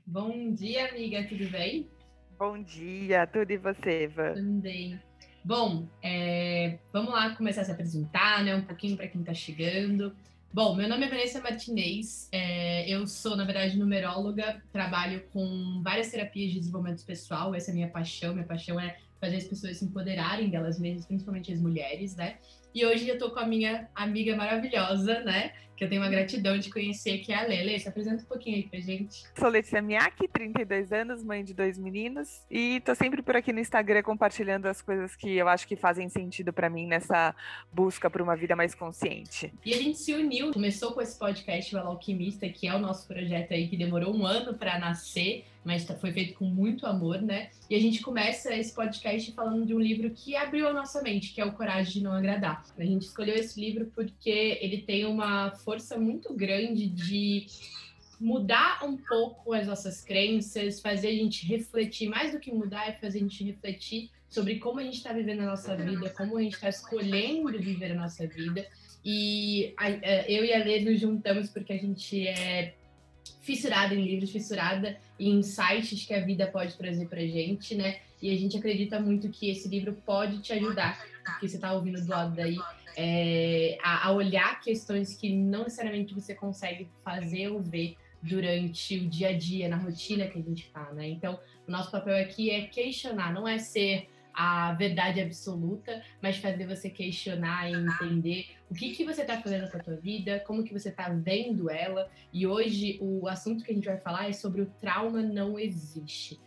Bom dia, amiga, tudo bem? Bom dia, tudo e você, Ivan? Também. Bom, vamos lá começar a se apresentar, né? Um pouquinho para quem está chegando. Bom, meu nome é Vanessa Martinez, eu sou, na verdade, numeróloga, trabalho com várias terapias de desenvolvimento pessoal, essa é a minha paixão é fazer as pessoas se empoderarem delas mesmas, principalmente as mulheres, né? E hoje eu tô com a minha amiga maravilhosa, né? Que eu tenho uma gratidão de conhecer, que é a Lele. Se apresenta um pouquinho aí pra gente. Sou Letícia Miaki, 32 anos, mãe de 2 meninos, e tô sempre por aqui no Instagram compartilhando as coisas que eu acho que fazem sentido para mim nessa busca por uma vida mais consciente. E a gente se uniu, começou com esse podcast, o Ela Alquimista, que é o nosso projeto aí que demorou um ano para nascer, mas foi feito com muito amor, né? E a gente começa esse podcast falando de um livro que abriu a nossa mente, que é o Coragem de Não Agradar. A gente escolheu esse livro porque ele tem uma força muito grande de mudar um pouco as nossas crenças, fazer a gente refletir, mais do que mudar, é fazer a gente refletir sobre como a gente está vivendo a nossa vida, como a gente está escolhendo viver a nossa vida. E eu e a Lê nos juntamos porque a gente é fissurada em livros, fissurada em insights que a vida pode trazer pra gente, né? E a gente acredita muito que esse livro pode te ajudar, porque você está ouvindo do lado daí, a olhar questões que não necessariamente você consegue fazer ou ver durante o dia a dia, na rotina que a gente tá, né? Então, o nosso papel aqui é questionar, não é ser a verdade absoluta, mas fazer você questionar e entender o que você está fazendo com a tua vida, como que você está vendo ela. E hoje o assunto que a gente vai falar é sobre o trauma não existe.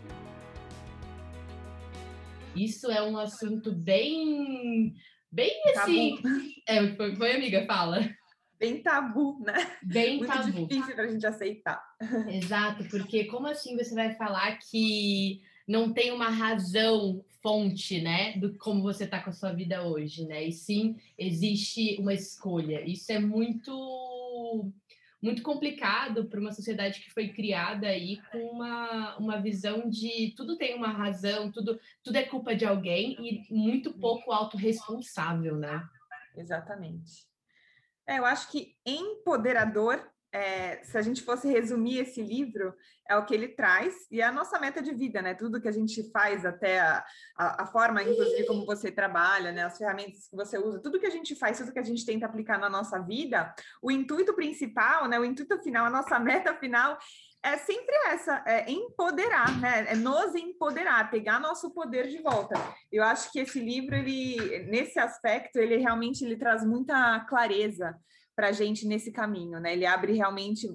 Isso é um assunto bem assim... Foi, amiga, fala. Bem tabu, né? Bem muito tabu. Difícil para a gente aceitar. Exato, porque como assim você vai falar que não tem uma razão fonte, né, do como você está com a sua vida hoje, né? E sim, existe uma escolha. Isso é muito complicado para uma sociedade que foi criada aí com uma visão de tudo tem uma razão, tudo é culpa de alguém e muito pouco autorresponsável, né? Exatamente. Eu acho que empoderador, se a gente fosse resumir esse livro, é o que ele traz e é a nossa meta de vida, né? Tudo que a gente faz, até a forma, inclusive, como você trabalha, né? As ferramentas que você usa, tudo que a gente faz, tudo que a gente tenta aplicar na nossa vida, o intuito principal, né? O intuito final, a nossa meta final é sempre essa, é empoderar, né? É nos empoderar, pegar nosso poder de volta. Eu acho que esse livro, ele, nesse aspecto, ele realmente ele traz muita clareza para a gente nesse caminho, né? Ele abre realmente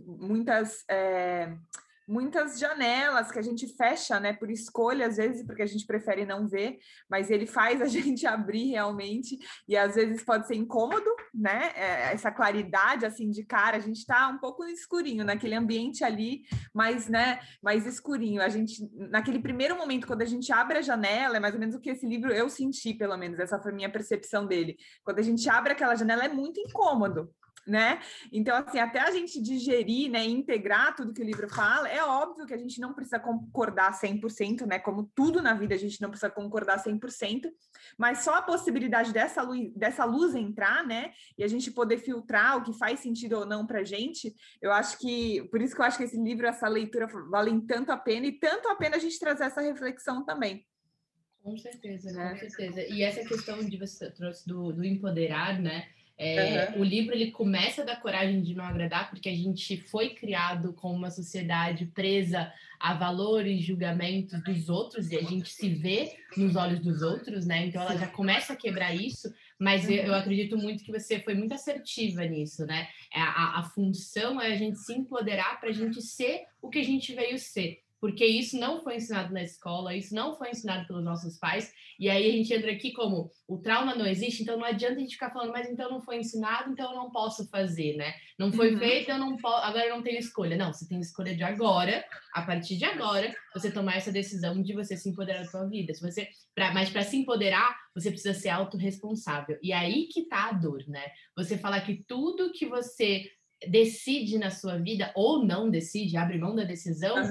muitas janelas que a gente fecha, né, por escolha, às vezes, porque a gente prefere não ver, mas ele faz a gente abrir realmente, e às vezes pode ser incômodo, né, essa claridade, assim, de cara, a gente está um pouco no escurinho, naquele ambiente ali, mas, né, mais escurinho, a gente, naquele primeiro momento, quando a gente abre a janela, é mais ou menos o que esse livro eu senti, pelo menos, essa foi a minha percepção dele, quando a gente abre aquela janela é muito incômodo, né? Então, assim, até a gente digerir, né, integrar tudo que o livro fala, é óbvio que a gente não precisa concordar 100%, né? Como tudo na vida, a gente não precisa concordar 100%, mas só a possibilidade dessa luz entrar, né? E a gente poder filtrar o que faz sentido ou não pra gente, eu acho que, por isso que eu acho que esse livro, essa leitura valem tanto a pena, e tanto a pena a gente trazer essa reflexão também. Com certeza, com certeza. E essa questão de você trouxe do empoderar, né? O livro ele começa da coragem de não agradar, porque a gente foi criado com uma sociedade presa a valores, julgamentos dos outros, e a gente se vê nos olhos dos outros, né? Então ela já começa a quebrar isso, mas eu acredito muito que você foi muito assertiva nisso, né? A função é a gente se empoderar para a gente ser o que a gente veio ser. Porque isso não foi ensinado na escola, isso não foi ensinado pelos nossos pais, e aí a gente entra aqui como o trauma não existe, então não adianta a gente ficar falando, mas então não foi ensinado, então eu não posso fazer, né? Não foi feito, eu não posso, agora eu não tenho escolha. Não, você tem escolha de agora, a partir de agora, você tomar essa decisão de você se empoderar da sua vida. Mas para se empoderar, você precisa ser autorresponsável. E aí que tá a dor, né? Você falar que tudo que você decide na sua vida, ou não decide, abre mão da decisão,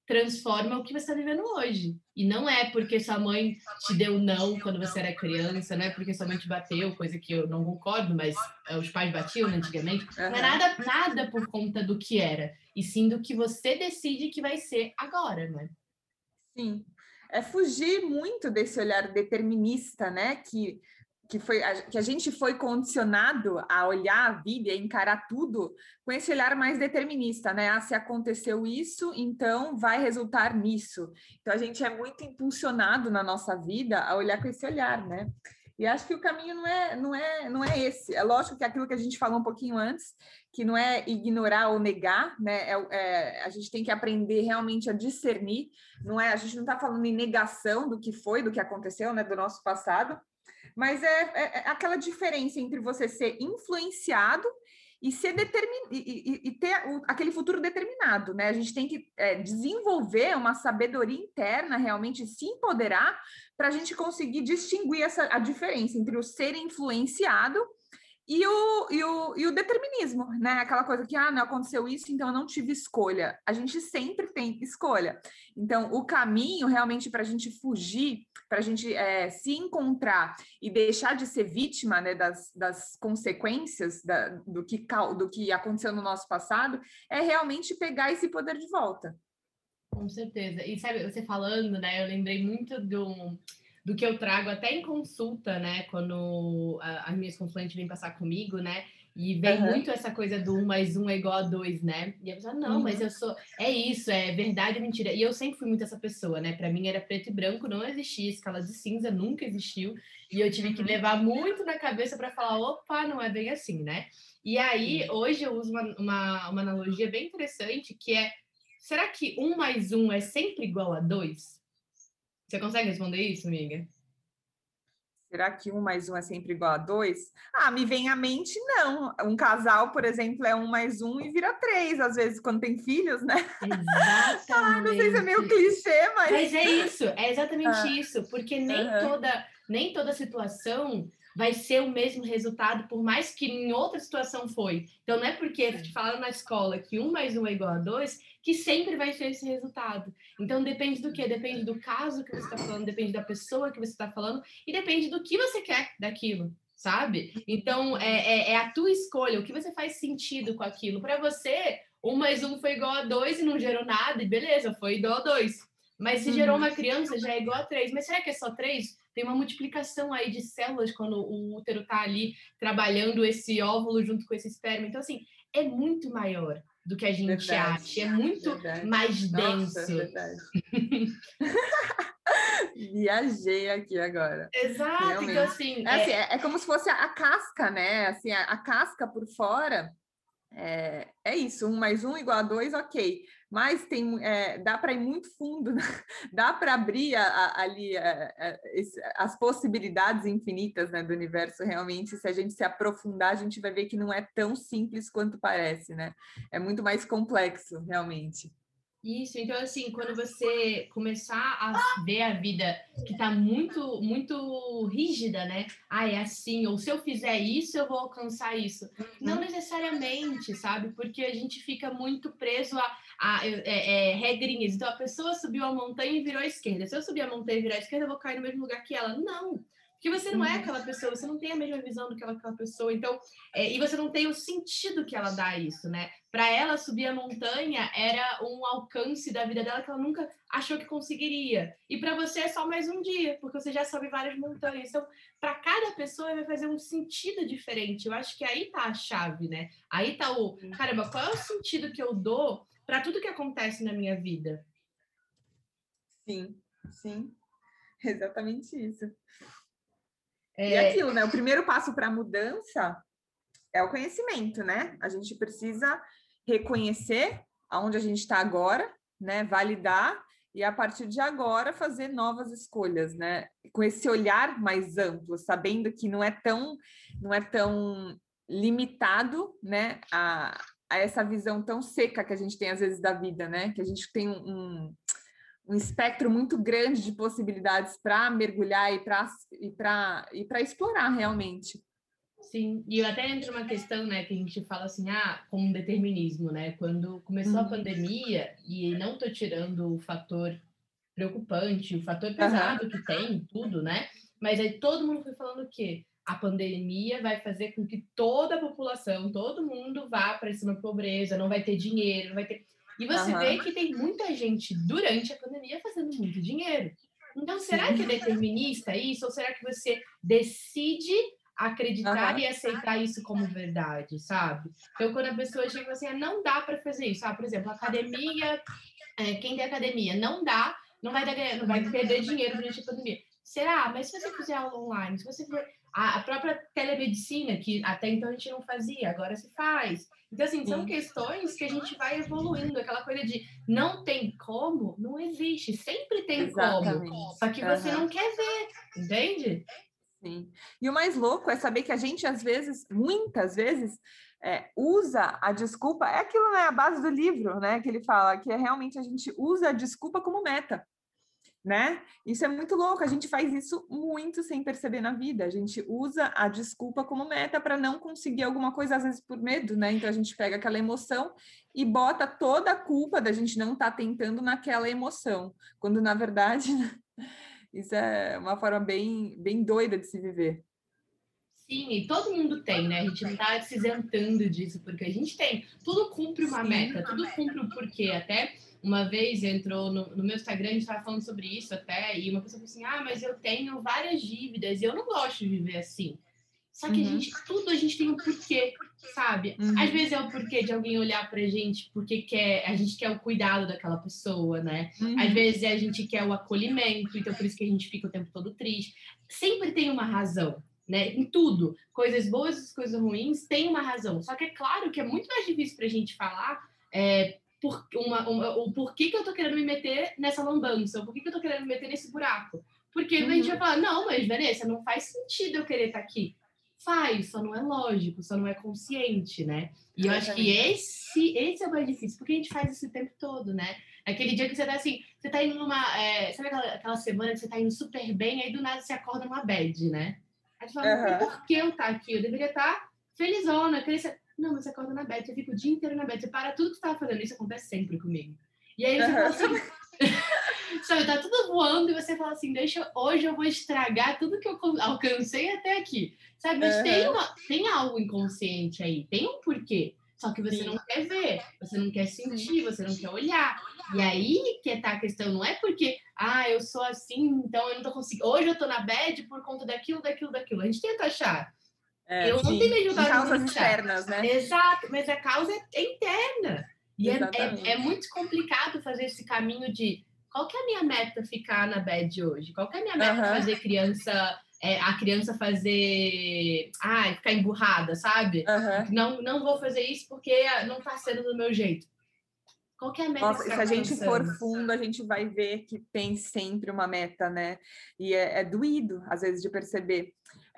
transforma o que você está vivendo hoje. E não é porque sua mãe te deu não quando você era criança, não é porque sua mãe te bateu, coisa que eu não concordo, mas os pais batiam, né, antigamente. Não é nada por conta do que era, e sim do que você decide que vai ser agora, né? Sim. É fugir muito desse olhar determinista, né? Que a gente foi condicionado a olhar a vida e a encarar tudo com esse olhar mais determinista, né? Ah, se aconteceu isso, então vai resultar nisso. Então a gente é muito impulsionado na nossa vida a olhar com esse olhar, né? E acho que o caminho não é esse. É lógico que aquilo que a gente falou um pouquinho antes, que não é ignorar ou negar, né? A gente tem que aprender realmente a discernir. Não é, a gente não está falando em negação do que foi, do que aconteceu, né? Do nosso passado, mas é aquela diferença entre você ser influenciado e ser e ter aquele futuro determinado, né? A gente tem que desenvolver uma sabedoria interna, realmente se empoderar para a gente conseguir distinguir a diferença entre o ser influenciado e o determinismo, né? Aquela coisa que, não aconteceu isso, então eu não tive escolha. A gente sempre tem escolha. Então, o caminho realmente para a gente fugir, para a gente se encontrar e deixar de ser vítima, né, das consequências do que aconteceu no nosso passado, é realmente pegar esse poder de volta. Com certeza. E sabe, você falando, né, eu lembrei muito do que eu trago até em consulta, né, quando as minhas consulentes vêm passar comigo, né, e vem muito essa coisa do 1 mais 1 é igual a 2, né, e a pessoa, não, mas eu sou, é isso, é verdade ou mentira, e eu sempre fui muito essa pessoa, né, pra mim era preto e branco, não existia, escala de cinza nunca existiu, e eu tive que levar muito na cabeça para falar, opa, não é bem assim, né, e aí, hoje eu uso uma analogia bem interessante, que é, será que 1 mais 1 é sempre igual a 2? Você consegue responder isso, amiga? Será que 1 mais 1 é sempre igual a 2? Me vem à mente, não. Um casal, por exemplo, é 1 mais 1 e vira 3, às vezes, quando tem filhos, né? Exatamente. Não sei se é meio clichê, mas... Mas é isso, é exatamente isso, porque nem toda situação vai ser o mesmo resultado, por mais que em outra situação foi. Então, não é porque te falaram na escola que 1 mais 1 é igual a 2, que sempre vai ser esse resultado. Então, depende do quê? Depende do caso que você está falando, depende da pessoa que você está falando, e depende do que você quer daquilo, sabe? Então, é a tua escolha, o que você faz sentido com aquilo. Para você, 1 mais 1 foi igual a 2 e não gerou nada, e beleza, foi igual a 2. Mas se gerou uma criança, já é igual a 3. Mas será que é só 3? Tem uma multiplicação aí de células quando o útero está ali trabalhando esse óvulo junto com esse esperma. Então, assim, é muito maior do que a gente acha. É muito mais denso. Nossa, verdade. Viajei aqui agora. Exato. Realmente. Então, assim... É como se fosse a casca, né? Assim, a casca por fora... É isso, 1 mais 1 igual a 2, ok. Mas dá para ir muito fundo, né? Dá para abrir ali as possibilidades infinitas, né, do universo. Realmente, se a gente se aprofundar, a gente vai ver que não é tão simples quanto parece, né? É muito mais complexo, realmente. Isso, então assim, quando você começar a ver a vida que está muito, muito rígida, né? É assim, ou se eu fizer isso, eu vou alcançar isso. Não necessariamente, sabe? Porque a gente fica muito preso a regrinhas. Então, a pessoa subiu a montanha e virou à esquerda. Se eu subir a montanha e virar à esquerda, eu vou cair no mesmo lugar que ela. Não! Porque você não é aquela pessoa, você não tem a mesma visão do que aquela pessoa, então, e você não tem o sentido que ela dá a isso, né? Para ela, subir a montanha era um alcance da vida dela que ela nunca achou que conseguiria. E para você é só mais um dia, porque você já sobe várias montanhas. Então, para cada pessoa vai fazer um sentido diferente. Eu acho que aí tá a chave, né? Aí tá caramba, qual é o sentido que eu dou para tudo que acontece na minha vida? Sim, sim. Exatamente isso. E aquilo, né? O primeiro passo para a mudança é o conhecimento, né? A gente precisa reconhecer aonde a gente está agora, né? Validar e a partir de agora fazer novas escolhas, né? Com esse olhar mais amplo, sabendo que não é tão limitado, né? A essa visão tão seca que a gente tem às vezes da vida, né? Que a gente tem um espectro muito grande de possibilidades para mergulhar e para explorar realmente. Sim, e até entra uma questão, né, que a gente fala assim, com um determinismo, né? Quando começou a pandemia, e não estou tirando o fator preocupante, o fator pesado que tem, tudo, né? Mas aí todo mundo foi falando o quê? A pandemia vai fazer com que toda a população, todo mundo vá para cima da pobreza, não vai ter dinheiro, não vai ter. E você vê que tem muita gente durante a pandemia fazendo muito dinheiro. Então, será que é determinista isso? Ou será que você decide acreditar e aceitar isso como verdade, sabe? Então, quando a pessoa chega assim, não dá para fazer isso. Por exemplo, academia, quem tem academia, não dá, não vai perder dinheiro durante a pandemia. Será? Mas se você fizer aula online, se você for a própria telemedicina, que até então a gente não fazia, agora se faz. Então, assim, são questões que a gente vai evoluindo. Aquela coisa de não tem como, não existe. Sempre tem como. Só que você não quer ver, entende? Sim. E o mais louco é saber que a gente, às vezes, muitas vezes, usa a desculpa, é aquilo, né, a base do livro, né, que ele fala, que é realmente a gente usa a desculpa como meta, né? Isso é muito louco, a gente faz isso muito sem perceber na vida, a gente usa a desculpa como meta para não conseguir alguma coisa, às vezes por medo, né? Então a gente pega aquela emoção e bota toda a culpa da gente não estar tentando naquela emoção, quando na verdade... Isso é uma forma bem doida de se viver. Sim, e todo mundo tem, né? A gente não tá se isentando disso, porque a gente tem. Tudo cumpre uma meta, tudo cumpre um porquê. Até uma vez entrou no meu Instagram, a gente estava falando sobre isso até, e uma pessoa falou assim: mas eu tenho várias dívidas e eu não gosto de viver assim. Só que a gente tem um porquê, sabe? Às vezes é o porquê de alguém olhar pra gente porque a gente quer o cuidado daquela pessoa, né? Às vezes a gente quer o acolhimento, então por isso que a gente fica o tempo todo triste. Sempre tem uma razão, né? Em tudo. Coisas boas e coisas ruins tem uma razão. Só que é claro que é muito mais difícil pra gente falar o porquê que eu tô querendo me meter nessa lambança, o porquê que eu tô querendo me meter nesse buraco. Porque a gente vai falar, não, mas Vanessa, não faz sentido eu querer estar aqui. Faz, só não é lógico, só não é consciente, né? E eu acho que esse é o mais difícil, porque a gente faz isso o tempo todo, né? Aquele dia que você tá assim, você tá indo numa. Sabe aquela semana que você tá indo super bem, aí do nada você acorda numa bad, né? Aí você fala, por que eu tá aqui? Eu deveria estar felizona, não, mas você acorda na bad, você fica o dia inteiro na bad, você para tudo que você tava fazendo, isso acontece sempre comigo. E aí você fala assim, sabe, tá tudo voando e você fala assim, hoje eu vou estragar tudo que eu alcancei até aqui. Sabe, mas tem algo inconsciente aí, tem um porquê. Só que você não quer ver, você não quer sentir, você não quer olhar. E aí que tá a questão, não é porque, eu sou assim, então eu não tô conseguindo. Hoje eu tô na bad por conta daquilo. A gente tenta achar. Eu não tenho me ajudado a causas externas, né? Exato, mas a causa é interna. E é muito complicado fazer esse caminho de qual que é a minha meta ficar na bed hoje? Qual que é a minha meta fazer a criança fazer ficar emburrada, sabe? Não vou fazer isso porque não tá sendo do meu jeito. Qual que é a meta? Nossa, se a gente for fundo, a gente vai ver que tem sempre uma meta, né? E é doído, às vezes, de perceber.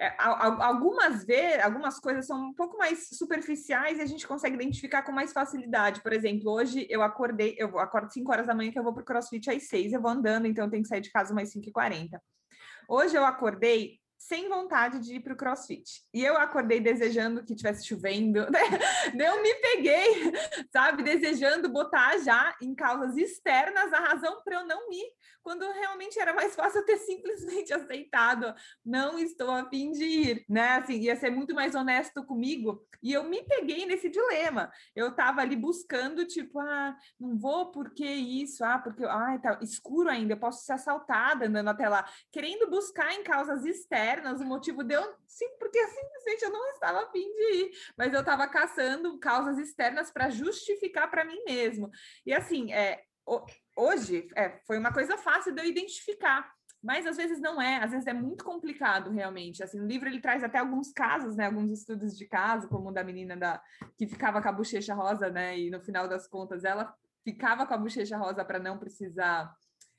Algumas coisas são um pouco mais superficiais e a gente consegue identificar com mais facilidade. Por exemplo, hoje eu acordo 5 horas da manhã, que eu vou para o CrossFit às 6, eu vou andando, então eu tenho que sair de casa umas 5h40. Hoje eu acordei sem vontade de ir para o CrossFit. E eu acordei desejando que tivesse chovendo. Né? Eu me peguei, sabe, desejando botar já em causas externas a razão para eu não ir, quando realmente era mais fácil eu ter simplesmente aceitado, não estou a fim de ir, né? Assim, ia ser muito mais honesto comigo. E eu me peguei nesse dilema. Eu estava ali buscando, tipo, não vou, por que isso? Porque tá escuro ainda, eu posso ser assaltada andando até lá, querendo buscar em causas externas o motivo de eu, porque simplesmente eu não estava a fim de ir, mas eu estava caçando causas externas para justificar para mim mesmo. E assim, hoje foi uma coisa fácil de eu identificar, mas às vezes não é, às vezes é muito complicado realmente. Assim, o livro ele traz até alguns casos, né, alguns estudos de caso, como o da menina que ficava com a bochecha rosa, né, e no final das contas ela ficava com a bochecha rosa para não precisar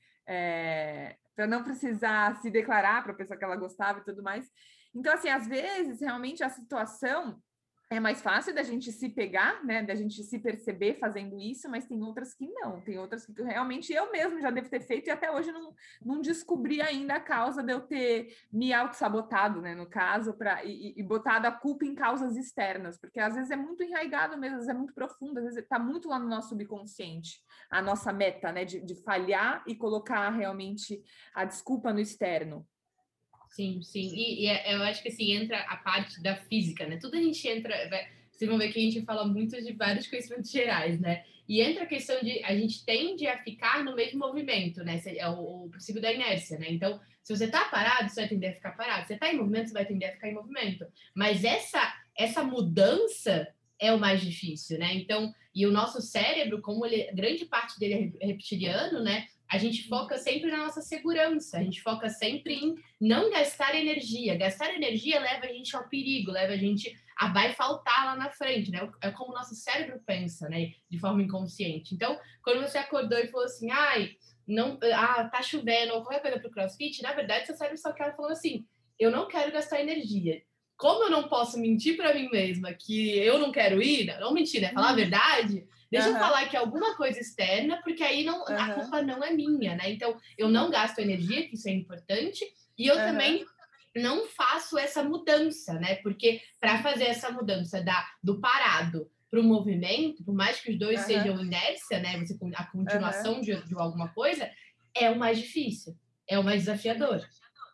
se declarar para a pessoa que ela gostava e tudo mais. Então, assim, às vezes, realmente, a situação é mais fácil da gente se pegar, né? Da gente se perceber fazendo isso, mas tem outras que não. Tem outras que realmente eu mesmo já devo ter feito e até hoje não descobri ainda a causa de eu ter me auto-sabotado, né? No caso, e botado a culpa em causas externas, porque às vezes é muito enraizado mesmo, às vezes é muito profundo, às vezes está muito lá no nosso subconsciente, a nossa meta, né? De falhar e colocar realmente a desculpa no externo. Sim, sim. Eu acho que assim, entra a parte da física, né? Tudo a gente entra. Vocês vão ver que a gente fala muito de vários conhecimentos gerais, né? E entra a questão de a gente tende a ficar no mesmo movimento, né? É o princípio da inércia, né? Então, se você tá parado, você vai tender a ficar parado. Se você tá em movimento, você vai tender a ficar em movimento. Mas essa mudança é o mais difícil, né? Então, e o nosso cérebro, como grande parte dele é reptiliano, né? A gente foca sempre na nossa segurança, a gente foca sempre em não gastar energia. Gastar energia leva a gente ao perigo, leva a gente a vai faltar lá na frente, né? É como o nosso cérebro pensa, né? De forma inconsciente. Então, quando você acordou e falou assim, tá chovendo, ou qualquer coisa pro CrossFit, na verdade, seu cérebro só quer falando assim, eu não quero gastar energia. Como eu não posso mentir para mim mesma que eu não quero ir, não mentir, né? Falar a verdade. Deixa eu falar que é alguma coisa externa, porque aí a culpa não é minha, né? Então, eu não gasto energia, que isso é importante, e eu também não faço essa mudança, né? Porque para fazer essa mudança do parado para o movimento, por mais que os dois sejam inércia, né? A continuação de alguma coisa, é o mais difícil, é o mais desafiador.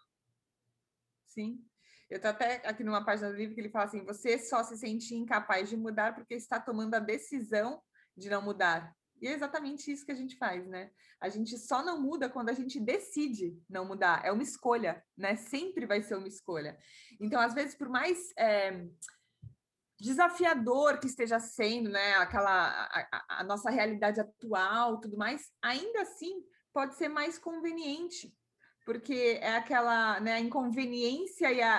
Sim. Eu estou até aqui numa página do livro que ele fala assim, você só se sente incapaz de mudar porque está tomando a decisão de não mudar. E é exatamente isso que a gente faz, né? A gente só não muda quando a gente decide não mudar. É uma escolha, né? Sempre vai ser uma escolha. Então, às vezes, por mais desafiador que esteja sendo, né? A nossa realidade atual, tudo mais, ainda assim pode ser mais conveniente, porque é aquela, né, a inconveniência e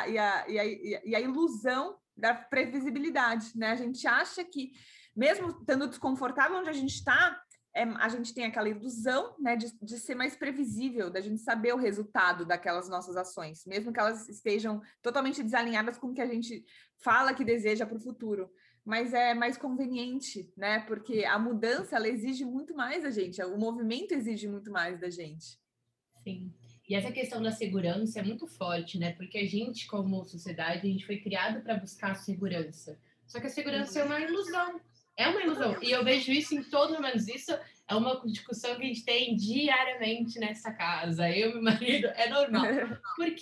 a ilusão da previsibilidade, né? A gente acha que, mesmo estando desconfortável onde a gente está, a gente tem aquela ilusão, né, de ser mais previsível, da gente saber o resultado daquelas nossas ações, mesmo que elas estejam totalmente desalinhadas com o que a gente fala que deseja para o futuro. Mas é mais conveniente, né? Porque a mudança, ela exige muito mais da gente, o movimento exige muito mais da gente. Sim. E essa questão da segurança é muito forte, né? Porque a gente, como sociedade, a gente foi criado para buscar a segurança. Só que a segurança é uma ilusão. É uma ilusão. E eu vejo isso em todo menos isso. É uma discussão que a gente tem diariamente nessa casa. Eu e meu marido, é normal. Porque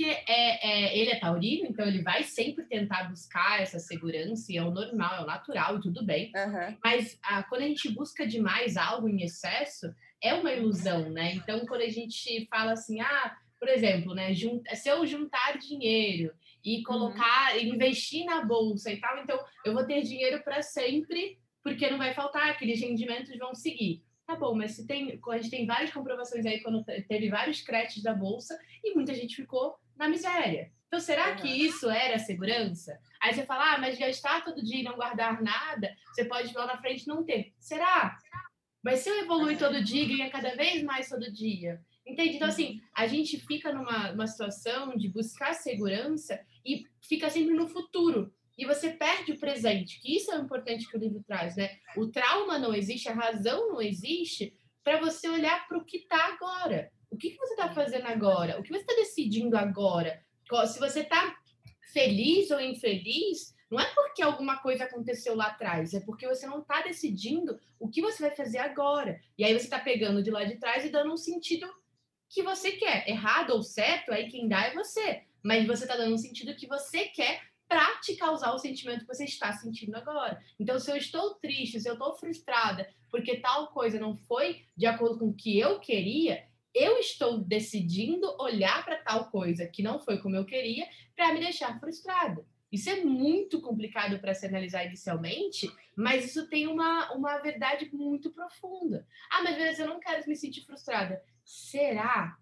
ele é taurino, então ele vai sempre tentar buscar essa segurança, e é o normal, é o natural, e tudo bem. Mas quando a gente busca demais algo em excesso, é uma ilusão, né? Então, quando a gente fala assim, por exemplo, né, se eu juntar dinheiro e colocar, investir na bolsa e tal, então eu vou ter dinheiro para sempre, porque não vai faltar, aqueles rendimentos vão seguir. Tá bom, mas a gente tem várias comprovações aí quando teve vários créditos da bolsa e muita gente ficou na miséria. Então, será que isso era segurança? Aí você fala, mas gastar todo dia e não guardar nada, você pode lá na frente não ter. Será? Mas se eu evoluir todo dia e ganhar cada vez mais todo dia, entende? Então, assim, a gente fica numa situação de buscar segurança e fica sempre no futuro. E você perde o presente, que isso é o importante que o livro traz, né? O trauma não existe, a razão não existe para você olhar para o que está agora. O que você está fazendo agora? O que você está decidindo agora? Se você está feliz ou infeliz, não é porque alguma coisa aconteceu lá atrás, é porque você não está decidindo o que você vai fazer agora. E aí você está pegando de lá de trás e dando um sentido que você quer. Errado ou certo, aí quem dá é você. Mas você está dando um sentido que você quer para te causar o sentimento que você está sentindo agora. Então, se eu estou triste, se eu estou frustrada porque tal coisa não foi de acordo com o que eu queria, eu estou decidindo olhar para tal coisa que não foi como eu queria para me deixar frustrada. Isso é muito complicado para se analisar inicialmente, mas isso tem uma verdade muito profunda. Mas às vezes eu não quero me sentir frustrada. Será?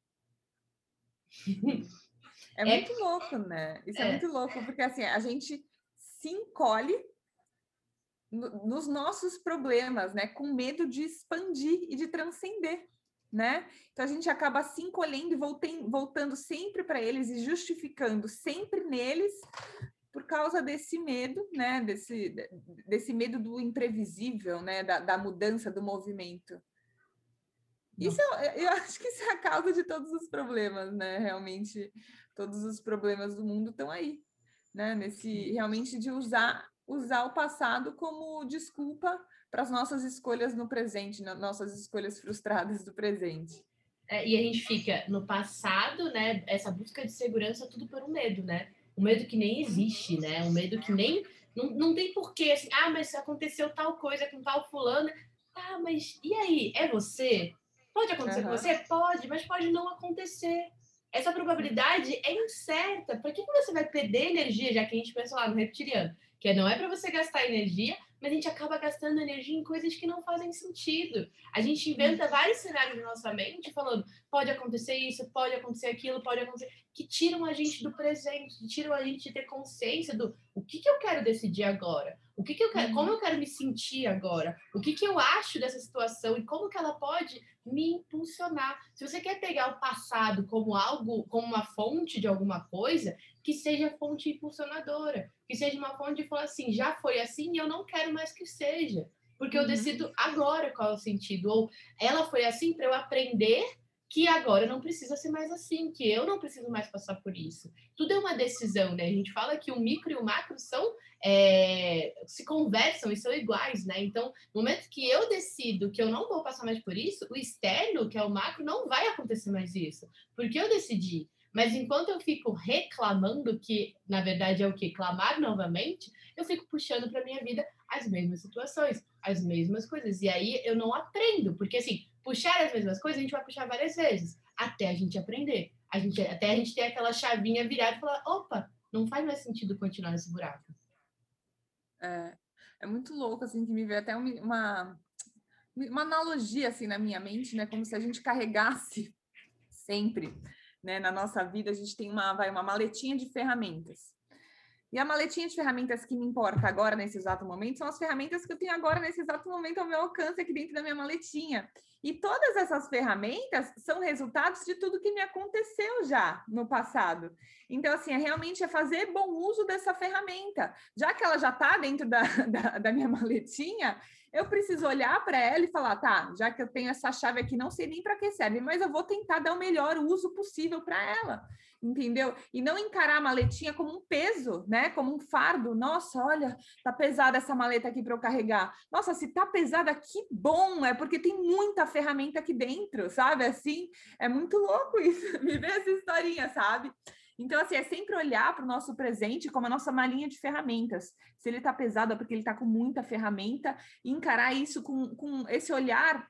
É muito louco, né? Isso é muito louco, porque assim, a gente se encolhe nos nossos problemas, né? Com medo de expandir e de transcender, né? Então a gente acaba se encolhendo e voltando sempre para eles e justificando sempre neles, por causa desse medo, né? Desse medo do imprevisível, né? Da mudança, do movimento. Isso eu acho que isso é a causa de todos os problemas, né? Realmente, todos os problemas do mundo estão aí, né? Realmente de usar o passado como desculpa para as nossas escolhas no presente, nossas escolhas frustradas do presente. E a gente fica no passado, né? Essa busca de segurança, tudo por um medo, né? Um medo que nem existe, né? Um medo que nem... Não tem porquê, assim, mas aconteceu tal coisa com tal fulano. Tá, mas e aí? É você? Pode acontecer com você? Pode, mas pode não acontecer. Essa probabilidade é incerta. Por que você vai perder energia, já que a gente pensa lá no reptiliano? Que não é para você gastar energia, mas a gente acaba gastando energia em coisas que não fazem sentido. A gente inventa vários cenários na nossa mente falando, pode acontecer isso, pode acontecer aquilo, pode acontecer... que tiram a gente do presente, que tiram a gente de ter consciência do o que eu quero decidir agora, o que eu quero, como eu quero me sentir agora, o que eu acho dessa situação e como que ela pode me impulsionar. Se você quer pegar o passado como algo, como uma fonte de alguma coisa, que seja fonte impulsionadora, que seja uma fonte de falar assim, já foi assim e eu não quero mais que seja, porque eu decido agora qual é o sentido, ou ela foi assim para eu aprender que agora não precisa ser mais assim, que eu não preciso mais passar por isso. Tudo é uma decisão, né? A gente fala que o micro e o macro se conversam e são iguais, né? Então, no momento que eu decido que eu não vou passar mais por isso, o externo, que é o macro, não vai acontecer mais isso, porque eu decidi. Mas enquanto eu fico reclamando, que na verdade é o que? Clamar novamente, eu fico puxando para minha vida as mesmas situações, as mesmas coisas. E aí eu não aprendo, porque assim, puxar as mesmas coisas, a gente vai puxar várias vezes, até a gente aprender. Até a gente ter aquela chavinha virada e falar, opa, não faz mais sentido continuar nesse buraco. É muito louco, assim, que me veio até uma analogia, assim, na minha mente, né? Como se a gente carregasse sempre, né? Na nossa vida, a gente tem uma maletinha de ferramentas. E a maletinha de ferramentas que me importa agora, nesse exato momento, são as ferramentas que eu tenho agora, nesse exato momento, ao meu alcance, aqui dentro da minha maletinha. E todas essas ferramentas são resultados de tudo que me aconteceu já no passado. Então, assim, realmente fazer bom uso dessa ferramenta. Já que ela já está dentro da minha maletinha, eu preciso olhar para ela e falar, tá, já que eu tenho essa chave aqui, não sei nem para que serve, mas eu vou tentar dar o melhor uso possível para ela. Entendeu? E não encarar a maletinha como um peso, né? Como um fardo. Nossa, olha, tá pesada essa maleta aqui para eu carregar. Nossa, se tá pesada, que bom! É porque tem muita ferramenta aqui dentro, sabe? Assim, é muito louco isso. Me vê essa historinha, sabe? Então, assim, é sempre olhar para o nosso presente como a nossa malinha de ferramentas. Se ele tá pesado, é porque ele tá com muita ferramenta, e encarar isso com esse olhar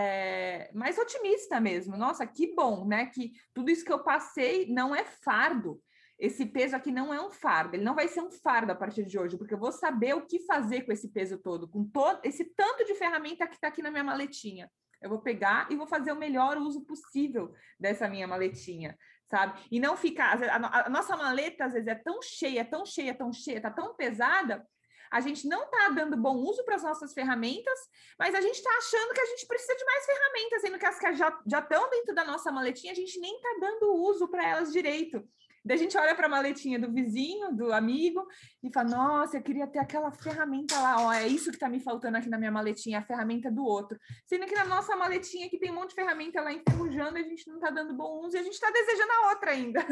mais otimista mesmo. Nossa, que bom, né? Que tudo isso que eu passei não é fardo. Esse peso aqui não é um fardo, ele não vai ser um fardo a partir de hoje, porque eu vou saber o que fazer com esse peso todo, com todo esse tanto de ferramenta que está aqui na minha maletinha. Eu vou pegar e vou fazer o melhor uso possível dessa minha maletinha, sabe? E não ficar... A nossa maleta, às vezes, é tão cheia, tão cheia, tão cheia, tá tão pesada, a gente não está dando bom uso para as nossas ferramentas, mas a gente está achando que a gente precisa de mais ferramentas, sendo que as que já estão dentro da nossa maletinha, a gente nem está dando uso para elas direito. Daí a gente olha para a maletinha do vizinho, do amigo, e fala, nossa, eu queria ter aquela ferramenta lá, ó, é isso que está me faltando aqui na minha maletinha, a ferramenta do outro. Sendo que na nossa maletinha aqui tem um monte de ferramenta lá enferrujando, a gente não está dando bom uso e a gente está desejando a outra ainda.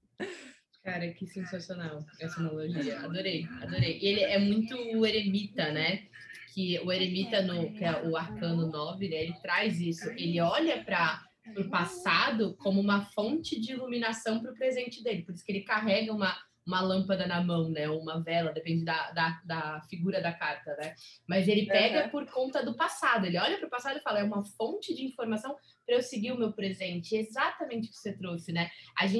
Cara, que sensacional essa analogia. Adorei, adorei. E ele é muito o eremita, né? Que o eremita, que é o arcano 9, né? Ele traz isso. Ele olha para o passado como uma fonte de iluminação para o presente dele. Por isso que ele carrega uma lâmpada na mão, né? Uma vela, depende da figura da carta, né? Mas ele pega por conta do passado. Ele olha para o passado e fala, é uma fonte de informação para eu seguir o meu presente. Exatamente o que você trouxe, né?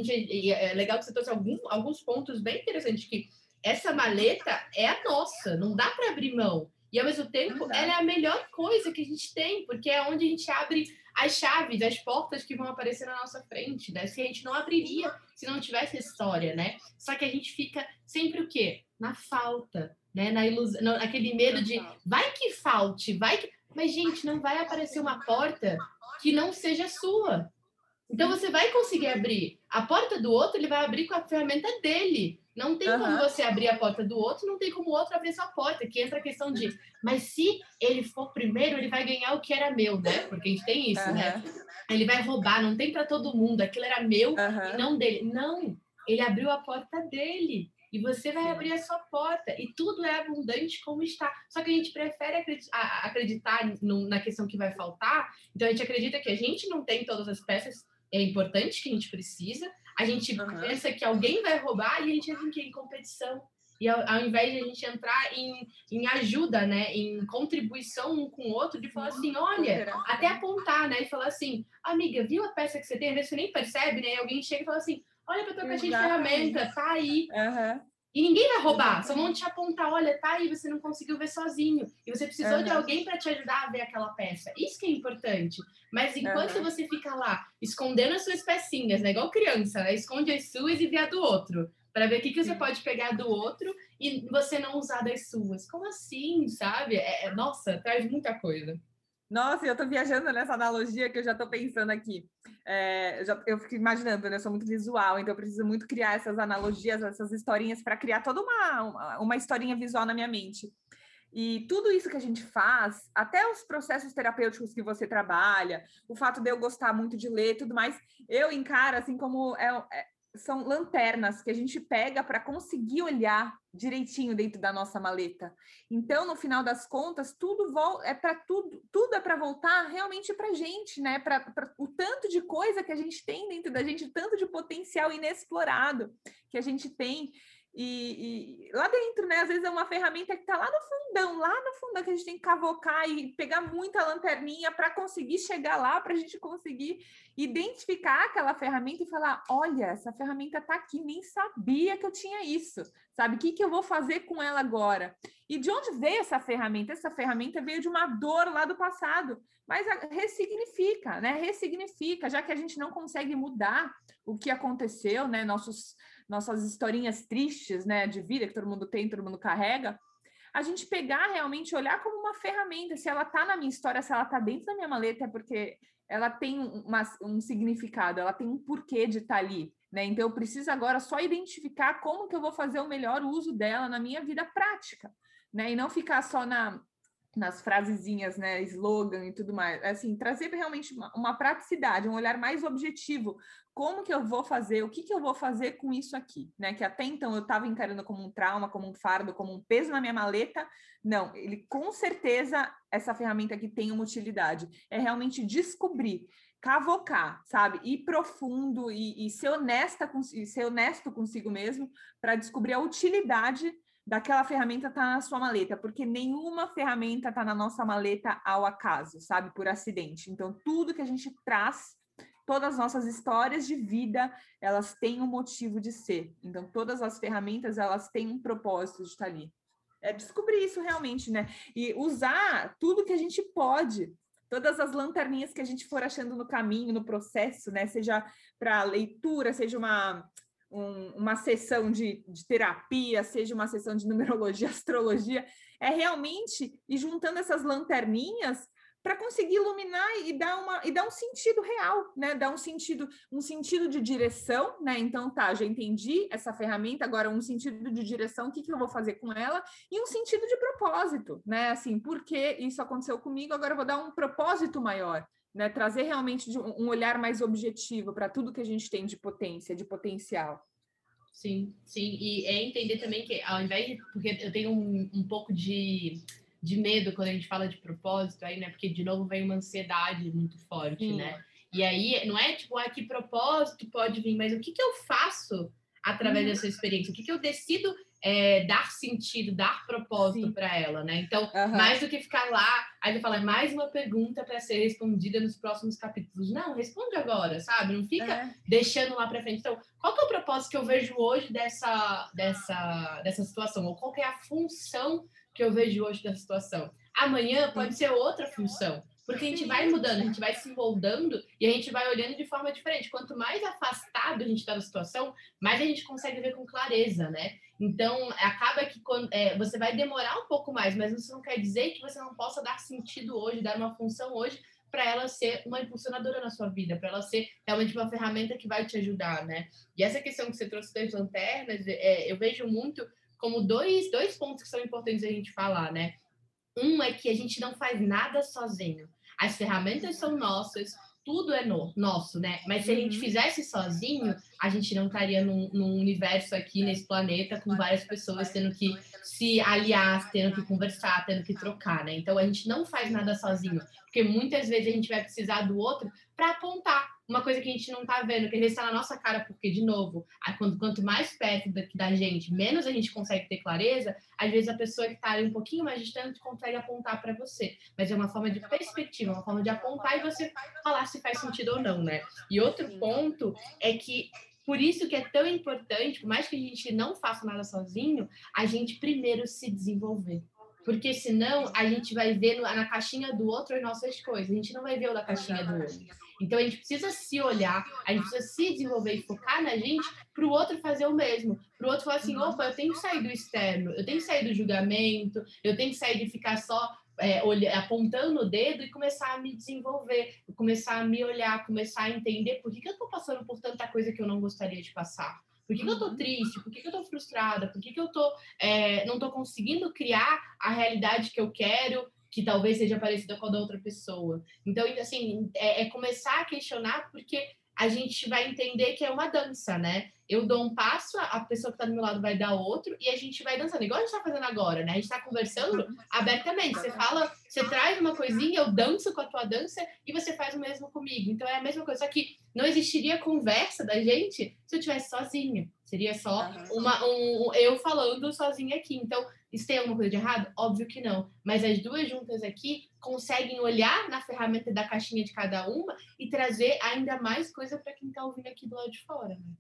É legal que você trouxe alguns pontos bem interessantes, que essa maleta é a nossa, não dá para abrir mão. E, ao mesmo tempo, ela é a melhor coisa que a gente tem, porque é onde a gente abre as chaves, as portas que vão aparecer na nossa frente, né? Se a gente não abriria se não tivesse história, né? Só que a gente fica sempre o quê? Na falta, né? Na ilusão, naquele medo de vai que falte, vai que... Mas, gente, não vai aparecer uma porta que não seja sua. Então você vai conseguir abrir. A porta do outro, ele vai abrir com a ferramenta dele. Não tem como você abrir a porta do outro, não tem como o outro abrir sua porta, que entra a questão de, mas se ele for primeiro, ele vai ganhar o que era meu, né? Porque a gente tem isso, né? Ele vai roubar, não tem para todo mundo, aquilo era meu e não dele. Não, ele abriu a porta dele. E você vai abrir a sua porta. E tudo é abundante como está. Só que a gente prefere acreditar na questão que vai faltar. Então, a gente acredita que a gente não tem todas as peças importantes que a gente precisa. A gente pensa que alguém vai roubar e a gente entra em competição. E ao invés de a gente entrar em ajuda, né? Em contribuição um com o outro, de falar assim, olha, até apontar, né? E falar assim, amiga, viu a peça que você tem? Às vezes você nem percebe, né? E alguém chega e fala assim, olha para tua caixinha de ferramenta, tá aí. E ninguém vai roubar, só vão te apontar, olha, tá aí, você não conseguiu ver sozinho. E você precisou de alguém para te ajudar a ver aquela peça. Isso que é importante. Mas enquanto você fica lá, escondendo as suas pecinhas, né? Igual criança, né? Esconde as suas e vê a do outro. Para ver o que você pode pegar do outro e você não usar das suas. Como assim, sabe? Nossa, traz muita coisa. Nossa, eu tô viajando nessa analogia que eu já tô pensando aqui. Eu fico imaginando, né? Eu sou muito visual, então eu preciso muito criar essas analogias, essas historinhas para criar toda uma historinha visual na minha mente. E tudo isso que a gente faz, até os processos terapêuticos que você trabalha, o fato de eu gostar muito de ler e tudo mais, eu encaro assim como são lanternas que a gente pega para conseguir olhar direitinho dentro da nossa maleta. Então, no final das contas, tudo é para voltar realmente para a gente, né? Para o tanto de coisa que a gente tem dentro da gente, tanto de potencial inexplorado que a gente tem. E lá dentro, né? Às vezes é uma ferramenta que está lá no fundão, que a gente tem que cavocar e pegar muita lanterninha para conseguir chegar lá, para a gente conseguir identificar aquela ferramenta e falar, olha, essa ferramenta está aqui, nem sabia que eu tinha isso, sabe? O que eu vou fazer com ela agora? E de onde veio essa ferramenta? Essa ferramenta veio de uma dor lá do passado, mas ressignifica, né? Ressignifica, já que a gente não consegue mudar o que aconteceu, né? Nossas historinhas tristes, né, de vida que todo mundo tem, todo mundo carrega, a gente pegar realmente, olhar como uma ferramenta, se ela está na minha história, se ela está dentro da minha maleta, é porque ela tem um significado, ela tem um porquê de estar ali, né? Então eu preciso agora só identificar como que eu vou fazer o melhor uso dela na minha vida prática, né? E não ficar só nas frasezinhas, né, slogan e tudo mais, assim, trazer realmente uma praticidade, um olhar mais objetivo, como que eu vou fazer, o que eu vou fazer com isso aqui, né, que até então eu estava encarando como um trauma, como um fardo, como um peso na minha maleta, não, ele com certeza, essa ferramenta aqui tem uma utilidade, é realmente descobrir, cavocar, sabe, ir profundo e ser honesto consigo mesmo, para descobrir a utilidade daquela ferramenta tá na sua maleta, porque nenhuma ferramenta tá na nossa maleta ao acaso, sabe? Por acidente. Então, tudo que a gente traz, todas as nossas histórias de vida, elas têm um motivo de ser. Então, todas as ferramentas, elas têm um propósito de estar ali. É descobrir isso realmente, né? E usar tudo que a gente pode. Todas as lanterninhas que a gente for achando no caminho, no processo, né? Seja para leitura, seja uma sessão de terapia, seja uma sessão de numerologia, astrologia, é realmente ir juntando essas lanterninhas para conseguir iluminar e dar um sentido real, né? Dar um sentido de direção, né? Então, tá, já entendi essa ferramenta, agora um sentido de direção, o que eu vou fazer com ela? E um sentido de propósito, né? Assim, por que isso aconteceu comigo, agora eu vou dar um propósito maior. Né, trazer realmente um olhar mais objetivo para tudo que a gente tem de potência, de potencial. Sim, sim. E é entender também que, ao invés de... Porque eu tenho um pouco de medo quando a gente fala de propósito, aí, né? Porque, de novo, vem uma ansiedade muito forte, sim, né? E aí, não é tipo, que propósito pode vir, mas o que eu faço através dessa experiência? O que eu decido dar sentido, dar propósito para ela, né? Então, mais do que ficar lá, aí vai falar, mais uma pergunta para ser respondida nos próximos capítulos. Não, responde agora, sabe? Não fica deixando lá para frente. Então, qual que é o propósito que eu vejo hoje dessa situação? Ou qual que é a função que eu vejo hoje dessa situação? Amanhã pode ser outra função. Porque a gente vai mudando, a gente vai se moldando e a gente vai olhando de forma diferente. Quanto mais afastado a gente está da situação, mais a gente consegue ver com clareza, né? Então, acaba que você vai demorar um pouco mais, mas isso não quer dizer que você não possa dar sentido hoje, dar uma função hoje para ela ser uma impulsionadora na sua vida, para ela ser realmente uma ferramenta que vai te ajudar, né? E essa questão que você trouxe das lanternas, eu vejo muito como dois pontos que são importantes a gente falar, né? Um é que a gente não faz nada sozinho. As ferramentas são nossas, tudo é nosso, né? Mas se a gente fizesse sozinho, a gente não estaria num universo aqui, nesse planeta, com várias pessoas tendo que se aliar, tendo que conversar, tendo que trocar, né? Então a gente não faz nada sozinho, porque muitas vezes a gente vai precisar do outro para apontar uma coisa que a gente não tá vendo, que às vezes está na nossa cara, porque, de novo, quanto mais perto da gente, menos a gente consegue ter clareza, às vezes a pessoa que está ali um pouquinho mais distante consegue apontar para você. Mas é uma forma de perspectiva, uma forma de apontar e você falar se faz sentido ou não, né? E outro ponto é que, por isso que é tão importante, por mais que a gente não faça nada sozinho, a gente primeiro se desenvolver. Porque senão a gente vai ver na caixinha do outro as nossas coisas, a gente não vai ver o da caixinha do outro. Então a gente precisa se olhar, a gente precisa se desenvolver e focar na gente para o outro fazer o mesmo. Para o outro falar assim, opa, eu tenho que sair do externo, eu tenho que sair do julgamento, eu tenho que sair de ficar só apontando o dedo e começar a me desenvolver, começar a me olhar, começar a entender por que eu estou passando por tanta coisa que eu não gostaria de passar. Por que eu tô triste? Por que eu tô frustrada? Por que eu não tô conseguindo criar a realidade que eu quero, que talvez seja parecida com a da outra pessoa? Então, assim, começar a questionar, porque a gente vai entender que é uma dança, né? Eu dou um passo, a pessoa que tá do meu lado vai dar outro, e a gente vai dançando, igual a gente tá fazendo agora, né? A gente tá conversando abertamente. Você fala, você traz uma coisinha, eu danço com a tua dança, e você faz o mesmo comigo. Então é a mesma coisa, só que não existiria conversa da gente se eu estivesse sozinha. Seria só eu falando sozinha aqui. Então, isso tem alguma coisa de errado? Óbvio que não. Mas as duas juntas aqui conseguem olhar na ferramenta da caixinha de cada uma e trazer ainda mais coisa para quem está ouvindo aqui do lado de fora, né?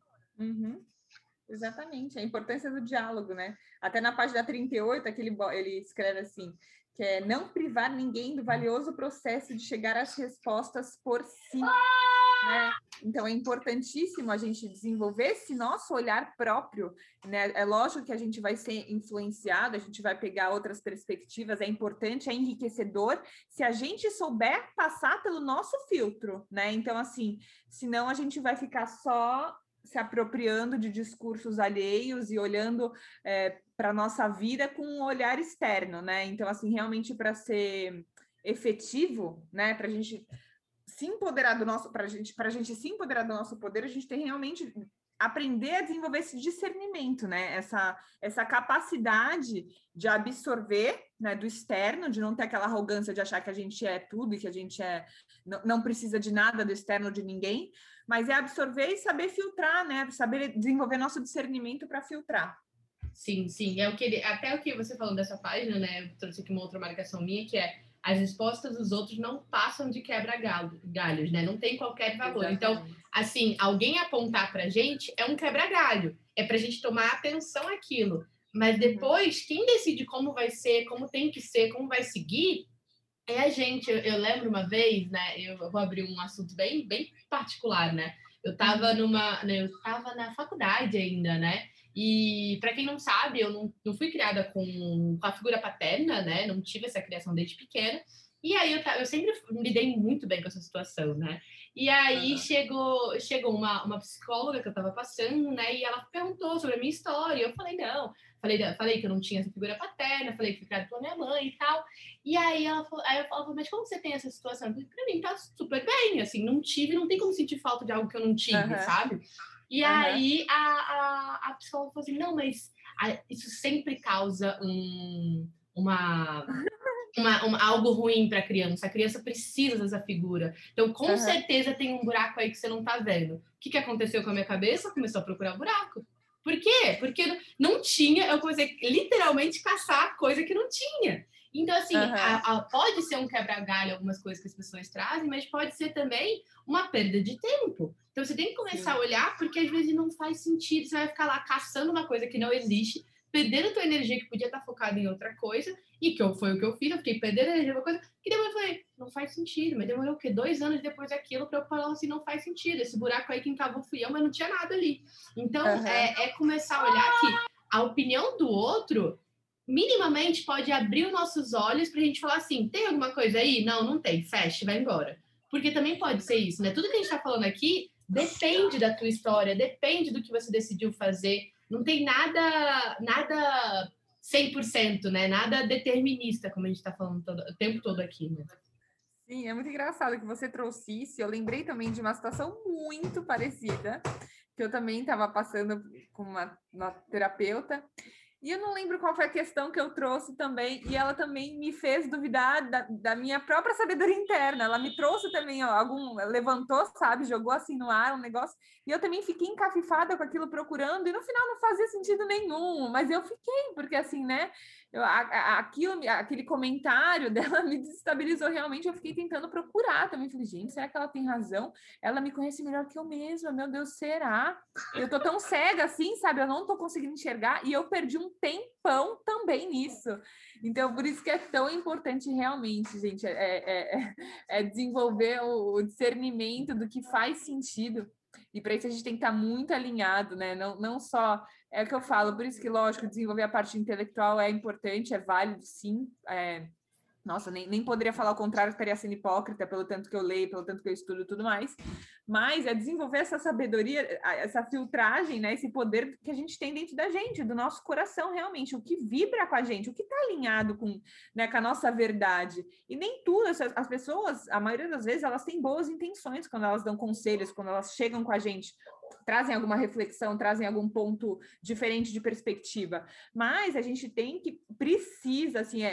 Exatamente, a importância do diálogo, né? Até na página 38, ele escreve assim, que é não privar ninguém do valioso processo de chegar às respostas por si, né? Então, é importantíssimo a gente desenvolver esse nosso olhar próprio, né? É lógico que a gente vai ser influenciado, a gente vai pegar outras perspectivas, é importante, é enriquecedor, se a gente souber passar pelo nosso filtro, né? Então, assim, senão a gente vai ficar só se apropriando de discursos alheios e olhando para a nossa vida com um olhar externo, né? Então, assim, realmente para ser efetivo, né? Para a gente se empoderar do nosso, para a gente se empoderar do nosso poder, a gente tem realmente aprender a desenvolver esse discernimento, né? Essa capacidade de absorver, né, do externo, de não ter aquela arrogância de achar que a gente é tudo e que a gente não precisa de nada do externo de ninguém, mas é absorver e saber filtrar, né? Saber desenvolver nosso discernimento para filtrar. Sim, sim. Até o que você falou dessa página, né? Eu trouxe aqui uma outra marcação minha, que é as respostas dos outros não passam de quebra-galhos, né? Não tem qualquer valor. Exatamente. Então, assim, alguém apontar pra gente é um quebra-galho. É pra gente tomar atenção àquilo. Mas depois, quem decide como vai ser, como tem que ser, como vai seguir, é a gente. Eu lembro uma vez, né? Eu vou abrir um assunto bem, bem particular, né? Eu tava na faculdade ainda, né? E, para quem não sabe, eu não fui criada com a figura paterna, né? Não tive essa criação desde pequena. E aí eu sempre lidei muito bem com essa situação, né? E aí chegou uma psicóloga que eu estava passando, né? E ela perguntou sobre a minha história. Eu falei, não. Falei que eu não tinha essa figura paterna, falei que fui criada pela minha mãe e tal. E aí eu falei, mas como você tem essa situação? Eu falei, pra mim tá super bem, assim, não tem como sentir falta de algo que eu não tive, sabe? E aí a psicóloga falou assim, não, mas isso sempre causa algo ruim para a criança. A criança precisa dessa figura. Então, com certeza tem um buraco aí que você não está vendo. O que aconteceu com a minha cabeça? Começou a procurar o buraco. Por quê? Porque não tinha, eu comecei literalmente a caçar coisa que não tinha. Então, assim, pode ser um quebra-galho algumas coisas que as pessoas trazem, mas pode ser também uma perda de tempo. Então, você tem que começar a olhar, porque às vezes não faz sentido. Você vai ficar lá caçando uma coisa que não existe, perdendo a tua energia que podia estar focada em outra coisa, e foi o que eu fiz, eu fiquei perdendo a energia em uma coisa, que depois eu falei, não faz sentido, mas demorou o quê? 2 anos depois daquilo para eu falar assim, não faz sentido, esse buraco aí quem cavou fui eu, mas não tinha nada ali. Então, é começar a olhar que a opinião do outro minimamente pode abrir os nossos olhos para a gente falar assim, tem alguma coisa aí? Não, não tem, fecha, vai embora. Porque também pode ser isso, né? Tudo que a gente está falando aqui depende da tua história, depende do que você decidiu fazer. Não tem nada 100%, né? Nada determinista, como a gente está falando o tempo todo aqui, né? Sim, é muito engraçado que você trouxe isso. Eu lembrei também de uma situação muito parecida, que eu também estava passando com uma terapeuta. E eu não lembro qual foi a questão que eu trouxe também, e ela também me fez duvidar da minha própria sabedoria interna. Ela me trouxe também levantou, sabe, jogou assim no ar um negócio, e eu também fiquei encafifada com aquilo procurando, e no final não fazia sentido nenhum, mas eu fiquei, porque assim, né, aquele comentário dela me desestabilizou realmente, eu fiquei tentando procurar também, falei, gente, será que ela tem razão? Ela me conhece melhor que eu mesma, meu Deus, será? Eu tô tão cega assim, sabe, eu não tô conseguindo enxergar, e eu perdi um tempão também nisso. Então, por isso que é tão importante realmente, gente, desenvolver o discernimento do que faz sentido. E para isso a gente tem que estar muito alinhado, né? Não só... É o que eu falo, por isso que, lógico, desenvolver a parte intelectual é importante, é válido, sim. Nossa, nem poderia falar o contrário, estaria sendo hipócrita pelo tanto que eu leio, pelo tanto que eu estudo e tudo mais. Mas é desenvolver essa sabedoria, essa filtragem, né? Esse poder que a gente tem dentro da gente, do nosso coração, realmente, o que vibra com a gente, o que está alinhado com, né, com a nossa verdade. E nem tudo, as pessoas, a maioria das vezes, elas têm boas intenções quando elas dão conselhos, quando elas chegam com a gente, trazem alguma reflexão, trazem algum ponto diferente de perspectiva. Mas a gente precisa, assim,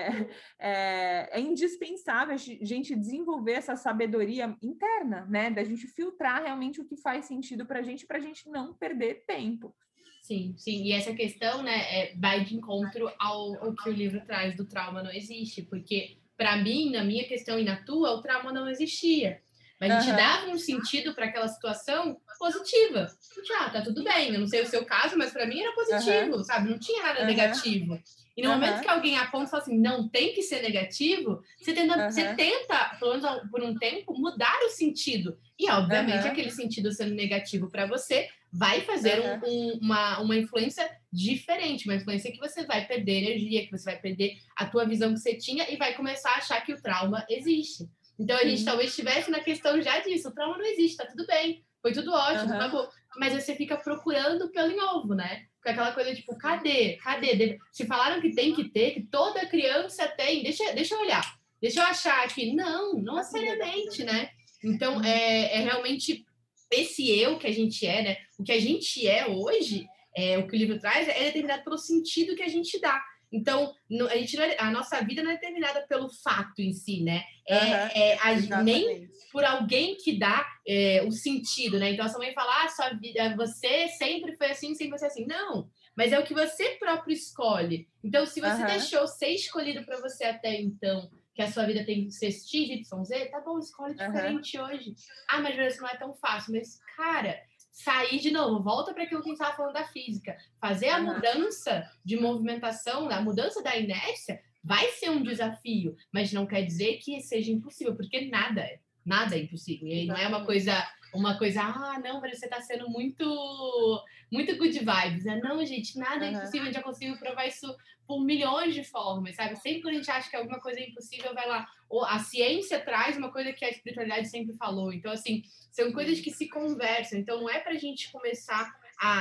é indispensável a gente desenvolver essa sabedoria interna, né? Da gente filtrar realmente o que faz sentido para a gente não perder tempo. Sim, sim. E essa questão, né, vai de encontro ao que o livro traz do trauma não existe, porque para mim, na minha questão e na tua, o trauma não existia. Mas a gente dava um sentido para aquela situação positiva. Tá tudo bem. Eu não sei o seu caso, mas para mim era positivo, sabe? Não tinha nada negativo. E no momento que alguém aponta e fala assim, não tem que ser negativo, você tenta, pelo menos por um tempo, mudar o sentido. E, obviamente, aquele sentido sendo negativo para você vai fazer uma influência diferente, uma influência que você vai perder energia, que você vai perder a tua visão que você tinha e vai começar a achar que o trauma existe. Então, a gente talvez estivesse na questão já disso, o trauma não existe, tá tudo bem, foi tudo ótimo, acabou. Mas você fica procurando pelo em ovo, né? Com aquela coisa tipo, cadê? Se falaram que tem que ter, que toda criança tem, deixa eu olhar, deixa eu achar aqui. Não necessariamente, né? Então, é realmente esse eu que a gente é, né? O que a gente é hoje, o que o livro traz, é determinado pelo sentido que a gente dá. Então, a nossa vida não é determinada pelo fato em si, né? Nem por alguém que dá o sentido, né? Então, a sua mãe fala, sua vida, você sempre foi assim, sempre vai ser assim. Não, mas é o que você próprio escolhe. Então, se você deixou ser escolhido para você até então, que a sua vida tem que ser X, Y, Z, tá bom, escolhe diferente hoje. Mas isso não é tão fácil. Mas, cara, sair de novo, volta para aquilo que a gente estava falando da física. Fazer a mudança de movimentação, a mudança da inércia, vai ser um desafio, mas não quer dizer que seja impossível, porque nada é impossível. E aí não é uma coisa, não, você está sendo muito good vibes, né? Não, gente, nada é impossível, a gente já conseguiu provar isso por milhões de formas, sabe? Sempre que a gente acha que alguma coisa é impossível, vai lá. Ou a ciência traz uma coisa que a espiritualidade sempre falou. Então, assim, são coisas que se conversam. Então, não é pra gente começar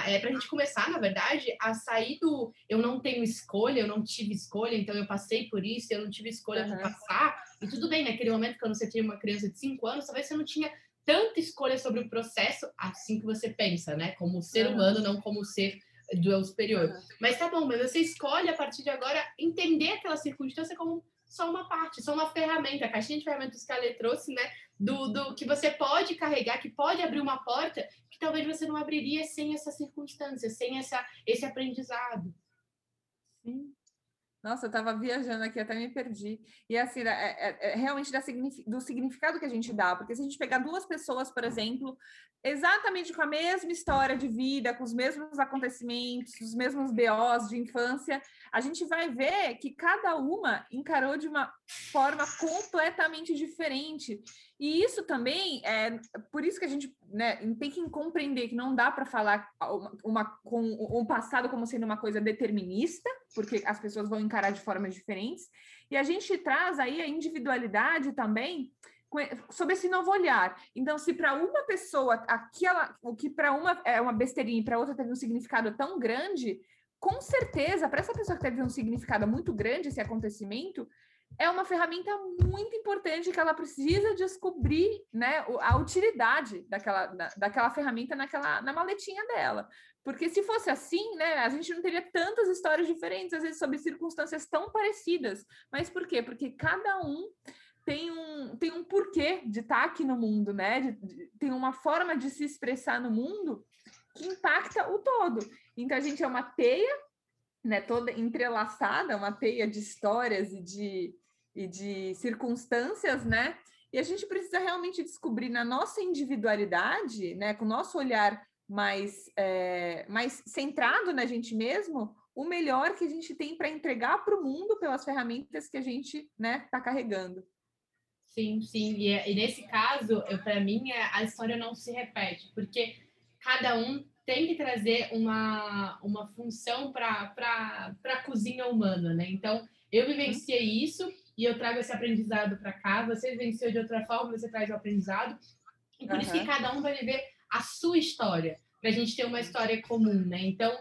na verdade, a sair do eu não tenho escolha, eu não tive escolha, então eu passei por isso, eu não tive escolha de passar. E tudo bem, naquele momento, quando você tinha uma criança de 5 anos, talvez você não tinha tanta escolha sobre o processo assim que você pensa, né? Como ser humano, não como ser do eu superior. Mas tá bom, mas você escolhe, a partir de agora, entender aquela circunstância como só uma parte, só uma ferramenta, a caixinha de ferramentas que a Lê trouxe, né? Do que você pode carregar, que pode abrir uma porta que talvez você não abriria sem essa circunstância, sem esse aprendizado. Sim. Nossa, eu estava viajando aqui, até me perdi. E assim, realmente do significado que a gente dá, porque se a gente pegar duas pessoas, por exemplo, exatamente com a mesma história de vida, com os mesmos acontecimentos, os mesmos BOs de infância, a gente vai ver que cada uma encarou de uma forma completamente diferente. E isso também é por isso que a gente, né, tem que compreender que não dá para falar com o passado como sendo uma coisa determinista, porque as pessoas vão encarar de formas diferentes. E a gente traz aí a individualidade também sobre esse novo olhar. Então, se para uma pessoa o que para uma é uma besteirinha e para outra teve um significado tão grande, com certeza, para essa pessoa que teve um significado muito grande esse acontecimento, é uma ferramenta muito importante que ela precisa descobrir, né, a utilidade daquela ferramenta na maletinha dela. Porque se fosse assim, né, a gente não teria tantas histórias diferentes, às vezes sobre circunstâncias tão parecidas. Mas por quê? Porque cada um tem um porquê de estar aqui no mundo, né? Tem uma forma de se expressar no mundo que impacta o todo. Então, a gente é uma teia, né, toda entrelaçada, uma teia de histórias e de circunstâncias, né? E a gente precisa realmente descobrir na nossa individualidade, né, com o nosso olhar mais centrado na gente mesmo, o melhor que a gente tem para entregar para o mundo pelas ferramentas que a gente, né, está carregando. Sim, sim. E nesse caso, para mim, a história não se repete, porque cada um tem que trazer uma função para a cozinha humana, né? Então, eu vivenciei isso e eu trago esse aprendizado para cá, você vivenciou de outra forma, você traz o aprendizado. E por isso que cada um vai viver a sua história, para a gente ter uma história comum, né? Então,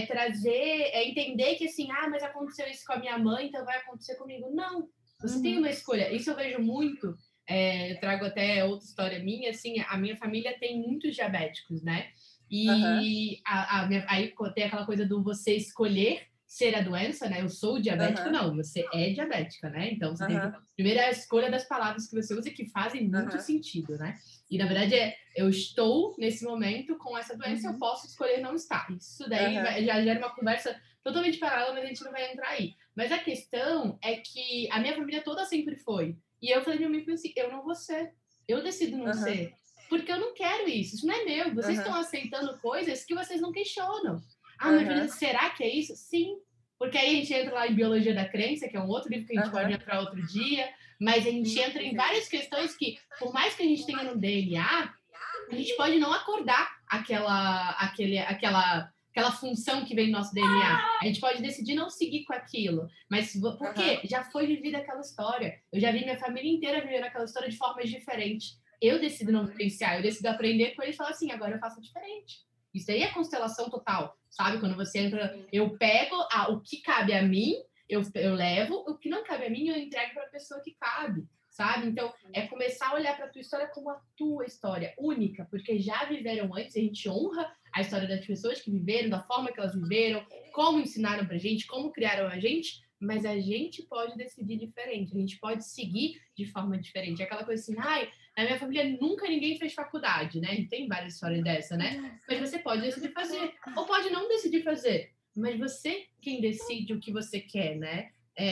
entender que assim, mas aconteceu isso com a minha mãe, então vai acontecer comigo. Não, você tem uma escolha. Isso eu vejo muito, eu trago até outra história minha, assim, a minha família tem muitos diabéticos, né? E aí tem aquela coisa do você escolher ser a doença, né? Eu sou diabético, não, você é diabética, né? Então, você tem que... Primeiro é a escolha das palavras que você usa que fazem muito sentido, né? E, na verdade, eu estou, nesse momento, com essa doença, eu posso escolher não estar. Isso daí já gera uma conversa totalmente paralela, mas a gente não vai entrar aí. Mas a questão é que a minha família toda sempre foi. E eu falei pra mim assim, eu não vou ser. Eu decido não ser. Porque eu não quero isso. Isso não é meu. Vocês estão aceitando coisas que vocês não questionam. Mas será que é isso? Sim. Porque aí a gente entra lá em Biologia da Crença, que é um outro livro que a gente pode entrar outro dia, mas a gente entra em várias questões que, por mais que a gente tenha no DNA, a gente pode não acordar aquela função que vem no nosso DNA. A gente pode decidir não seguir com aquilo. Mas por quê? Já foi vivida aquela história. Eu já vi minha família inteira vivendo aquela história de formas diferentes. Eu decido não vivenciar, eu decido aprender com eles e falar assim, agora eu faço diferente. Isso aí é constelação total, sabe? Quando você entra, eu pego o que cabe a mim, eu levo, o que não cabe a mim, eu entrego para a pessoa que cabe, sabe? Então, é começar a olhar para a tua história como a tua história única, porque já viveram antes, a gente honra a história das pessoas que viveram, da forma que elas viveram, como ensinaram pra gente, como criaram a gente, mas a gente pode decidir diferente, a gente pode seguir de forma diferente. É aquela coisa assim, na minha família nunca ninguém fez faculdade, né? A gente tem várias histórias dessa, né? Mas você pode decidir fazer, ou pode não decidir fazer, mas você quem decide o que você quer, né?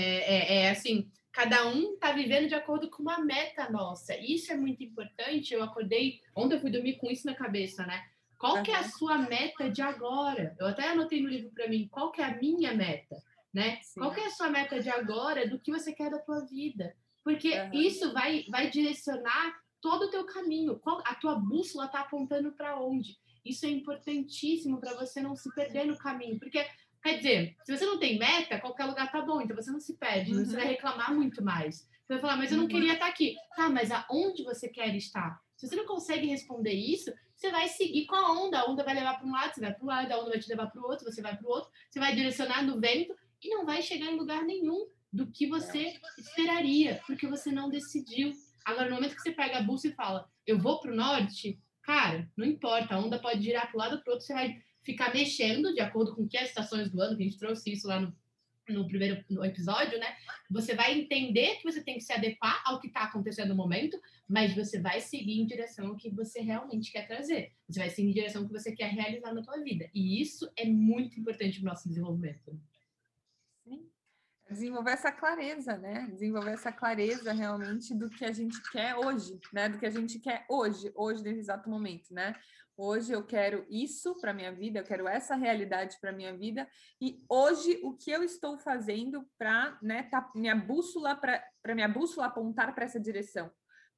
Assim, cada um está vivendo de acordo com uma meta nossa. Isso é muito importante. Eu acordei, ontem eu fui dormir com isso na cabeça, né? Qual que é a sua meta de agora? Eu até anotei no livro para mim, qual que é a minha meta, né? Sim. Qual que é a sua meta de agora, do que você quer da tua vida? Porque isso vai direcionar todo o teu caminho. A tua bússola está apontando para onde? Isso é importantíssimo para você não se perder no caminho. Porque, quer dizer, se você não tem meta, qualquer lugar tá bom, então você não se perde, você vai reclamar muito mais. Você vai falar, mas eu não queria estar aqui. Tá, mas aonde você quer estar? Se você não consegue responder isso, você vai seguir com a onda vai levar para um lado, você vai para um lado, a onda vai te levar para o outro, você vai para o outro, você vai direcionar no vento e não vai chegar em lugar nenhum do que você esperaria, porque você não decidiu. Agora, no momento que você pega a bússola e fala, eu vou para o norte, cara, não importa, a onda pode girar para o lado ou para o outro, você vai ficar mexendo de acordo com que as estações do ano, que a gente trouxe isso lá no primeiro episódio, né? Você vai entender que você tem que se adequar ao que está acontecendo no momento, mas você vai seguir em direção ao que você realmente quer trazer. Você vai seguir em direção ao que você quer realizar na tua vida. E isso é muito importante para o nosso desenvolvimento. Sim. Desenvolver essa clareza, né? Desenvolver essa clareza realmente do que a gente quer hoje, né? Do que a gente quer hoje, nesse exato momento, né? Hoje eu quero isso para minha vida, eu quero essa realidade para minha vida, e hoje o que eu estou fazendo para, né, minha bússola apontar para essa direção,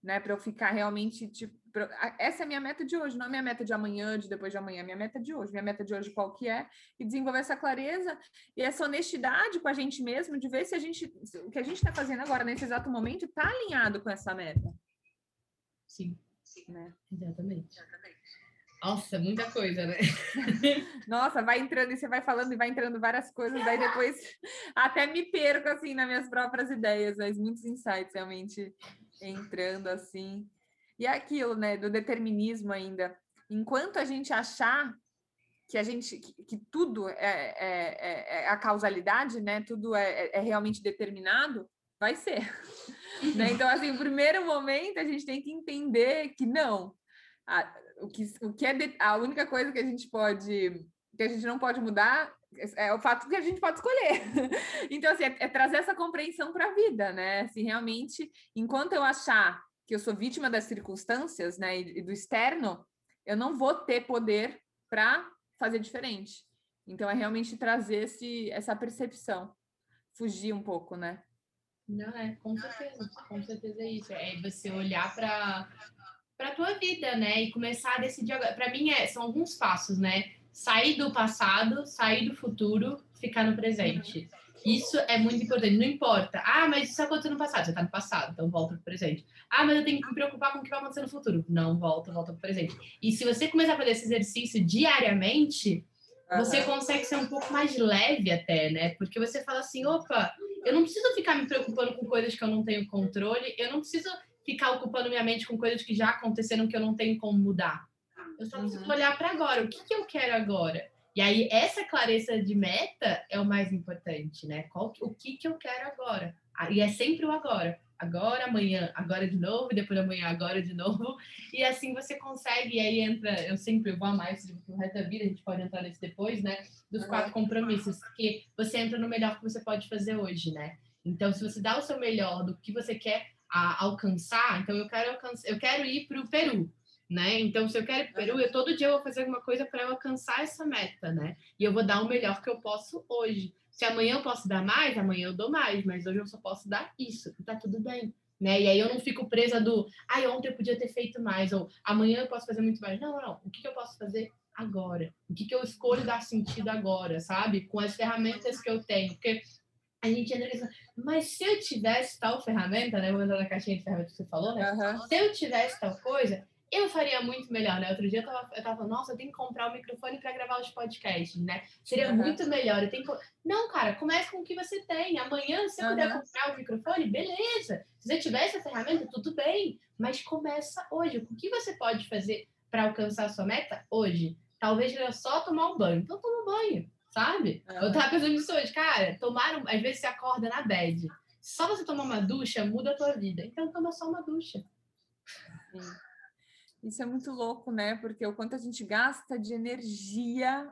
né? Para eu ficar realmente, tipo, essa é a minha meta de hoje, não é a minha meta de amanhã, de depois de amanhã, minha meta de hoje. Minha meta de hoje qual que é? E desenvolver essa clareza e essa honestidade com a gente mesmo, de ver se o que a gente está fazendo agora, nesse exato momento, está alinhado com essa meta. Sim, né? Exatamente. Nossa, muita coisa, né? Nossa, vai entrando e você vai falando e vai entrando várias coisas, daí depois até me perco, assim, nas minhas próprias ideias, mas muitos insights realmente entrando, assim. E é aquilo, né, do determinismo ainda. Enquanto a gente achar que tudo é a causalidade, né, tudo é realmente determinado, vai ser. Né? Então, assim, no primeiro momento, a gente tem que entender que não. A única coisa que a gente não pode mudar é o fato que a gente pode escolher. Então, assim, é trazer essa compreensão para a vida, né? Assim, realmente, enquanto eu achar que eu sou vítima das circunstâncias, né, e do externo, eu não vou ter poder para fazer diferente. Então, é realmente trazer essa percepção, fugir um pouco, né? Não, com certeza é isso. É você olhar para a tua vida, né? E começar a decidir agora. Para mim, são alguns passos, né? Sair do passado, sair do futuro, ficar no presente. Isso é muito importante. Não importa. Ah, mas isso aconteceu no passado. Você está no passado, então volta para o presente. Ah, mas eu tenho que me preocupar com o que vai acontecer no futuro. Não, volta para o presente. E se você começar a fazer esse exercício diariamente, você consegue ser um pouco mais leve até, né? Porque você fala assim, opa, eu não preciso ficar me preocupando com coisas que eu não tenho controle, eu não preciso ficar ocupando minha mente com coisas que já aconteceram que eu não tenho como mudar. Eu só preciso olhar para agora, o que eu quero agora? E aí, essa clareza de meta é o mais importante, né? O que eu quero agora? E é sempre o agora. Agora, amanhã, agora de novo, e depois da manhã, agora de novo. E assim você consegue, e aí entra, eu sempre vou amar isso no resto da vida, a gente pode entrar nesse depois, né? Dos 4 compromissos, porque você entra no melhor que você pode fazer hoje, né? Então, se você dá o seu melhor do que você quer alcançar, então eu quero ir para o Peru, né? Então, se eu quero ir para o Peru, todo dia eu vou fazer alguma coisa para eu alcançar essa meta, né? E eu vou dar o melhor que eu posso hoje. Se amanhã eu posso dar mais, amanhã eu dou mais, mas hoje eu só posso dar isso, e tá tudo bem, né? E aí eu não fico presa ontem eu podia ter feito mais, ou amanhã eu posso fazer muito mais. Não. O que eu posso fazer agora? O que eu escolho dar sentido agora, sabe? Com as ferramentas que eu tenho. Porque a gente entra nessa, mas se eu tivesse tal ferramenta, né? Vou entrar na caixinha de ferramentas que você falou, né? Se eu tivesse tal coisa, eu faria muito melhor, né? Outro dia eu tava nossa, eu tenho que comprar um microfone para gravar os podcasts, né? Seria muito melhor. Não, cara, comece com o que você tem. Amanhã, se você puder comprar um microfone, beleza. Se você tiver essa ferramenta, tudo bem. Mas começa hoje. O que você pode fazer para alcançar a sua meta hoje? Talvez seja só tomar um banho. Então, toma um banho, sabe? Eu tava pensando nisso hoje. Cara, às vezes você acorda na bad. Só você tomar uma ducha muda a tua vida. Então, toma só uma ducha. Sim. Isso é muito louco, né? Porque o quanto a gente gasta de energia,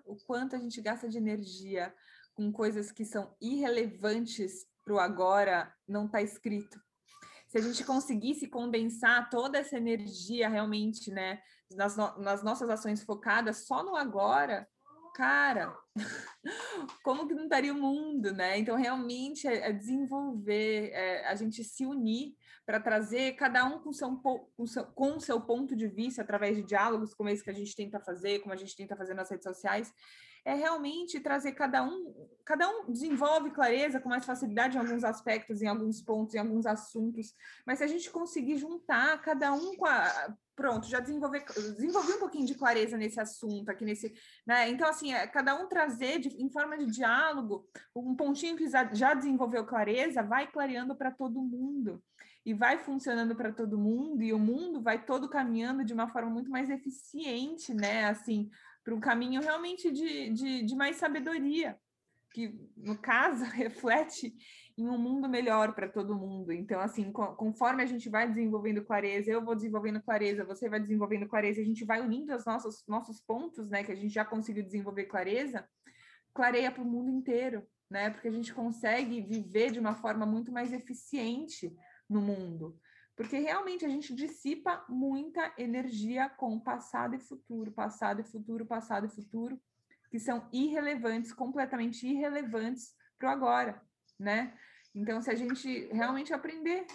com coisas que são irrelevantes para o agora, não está escrito. Se a gente conseguisse condensar toda essa energia realmente, né, nas nossas ações focadas só no agora, cara, como que não estaria o mundo, né? Então, realmente desenvolver, a gente se unir para trazer cada um com o seu ponto de vista, através de diálogos como esse que a gente tenta fazer, como a gente tenta fazer nas redes sociais, é realmente trazer cada um desenvolve clareza com mais facilidade em alguns aspectos, em alguns pontos, em alguns assuntos, mas se a gente conseguir juntar cada um pronto, já desenvolvi um pouquinho de clareza nesse assunto, aqui nesse, né? Então, assim, cada um trazer em forma de diálogo, um pontinho que já desenvolveu clareza, vai clareando para todo mundo, e vai funcionando para todo mundo, e o mundo vai todo caminhando de uma forma muito mais eficiente, né? Assim, para um caminho realmente de mais sabedoria, que, no caso, reflete em um mundo melhor para todo mundo. Então, assim, conforme a gente vai desenvolvendo clareza, eu vou desenvolvendo clareza, você vai desenvolvendo clareza, a gente vai unindo os nossos pontos, né, que a gente já conseguiu desenvolver clareza, clareia para o mundo inteiro, né? Porque a gente consegue viver de uma forma muito mais eficiente no mundo. Porque realmente a gente dissipa muita energia com passado e futuro, passado e futuro, passado e futuro, que são irrelevantes, completamente irrelevantes para o agora, né? Então, se a gente realmente aprender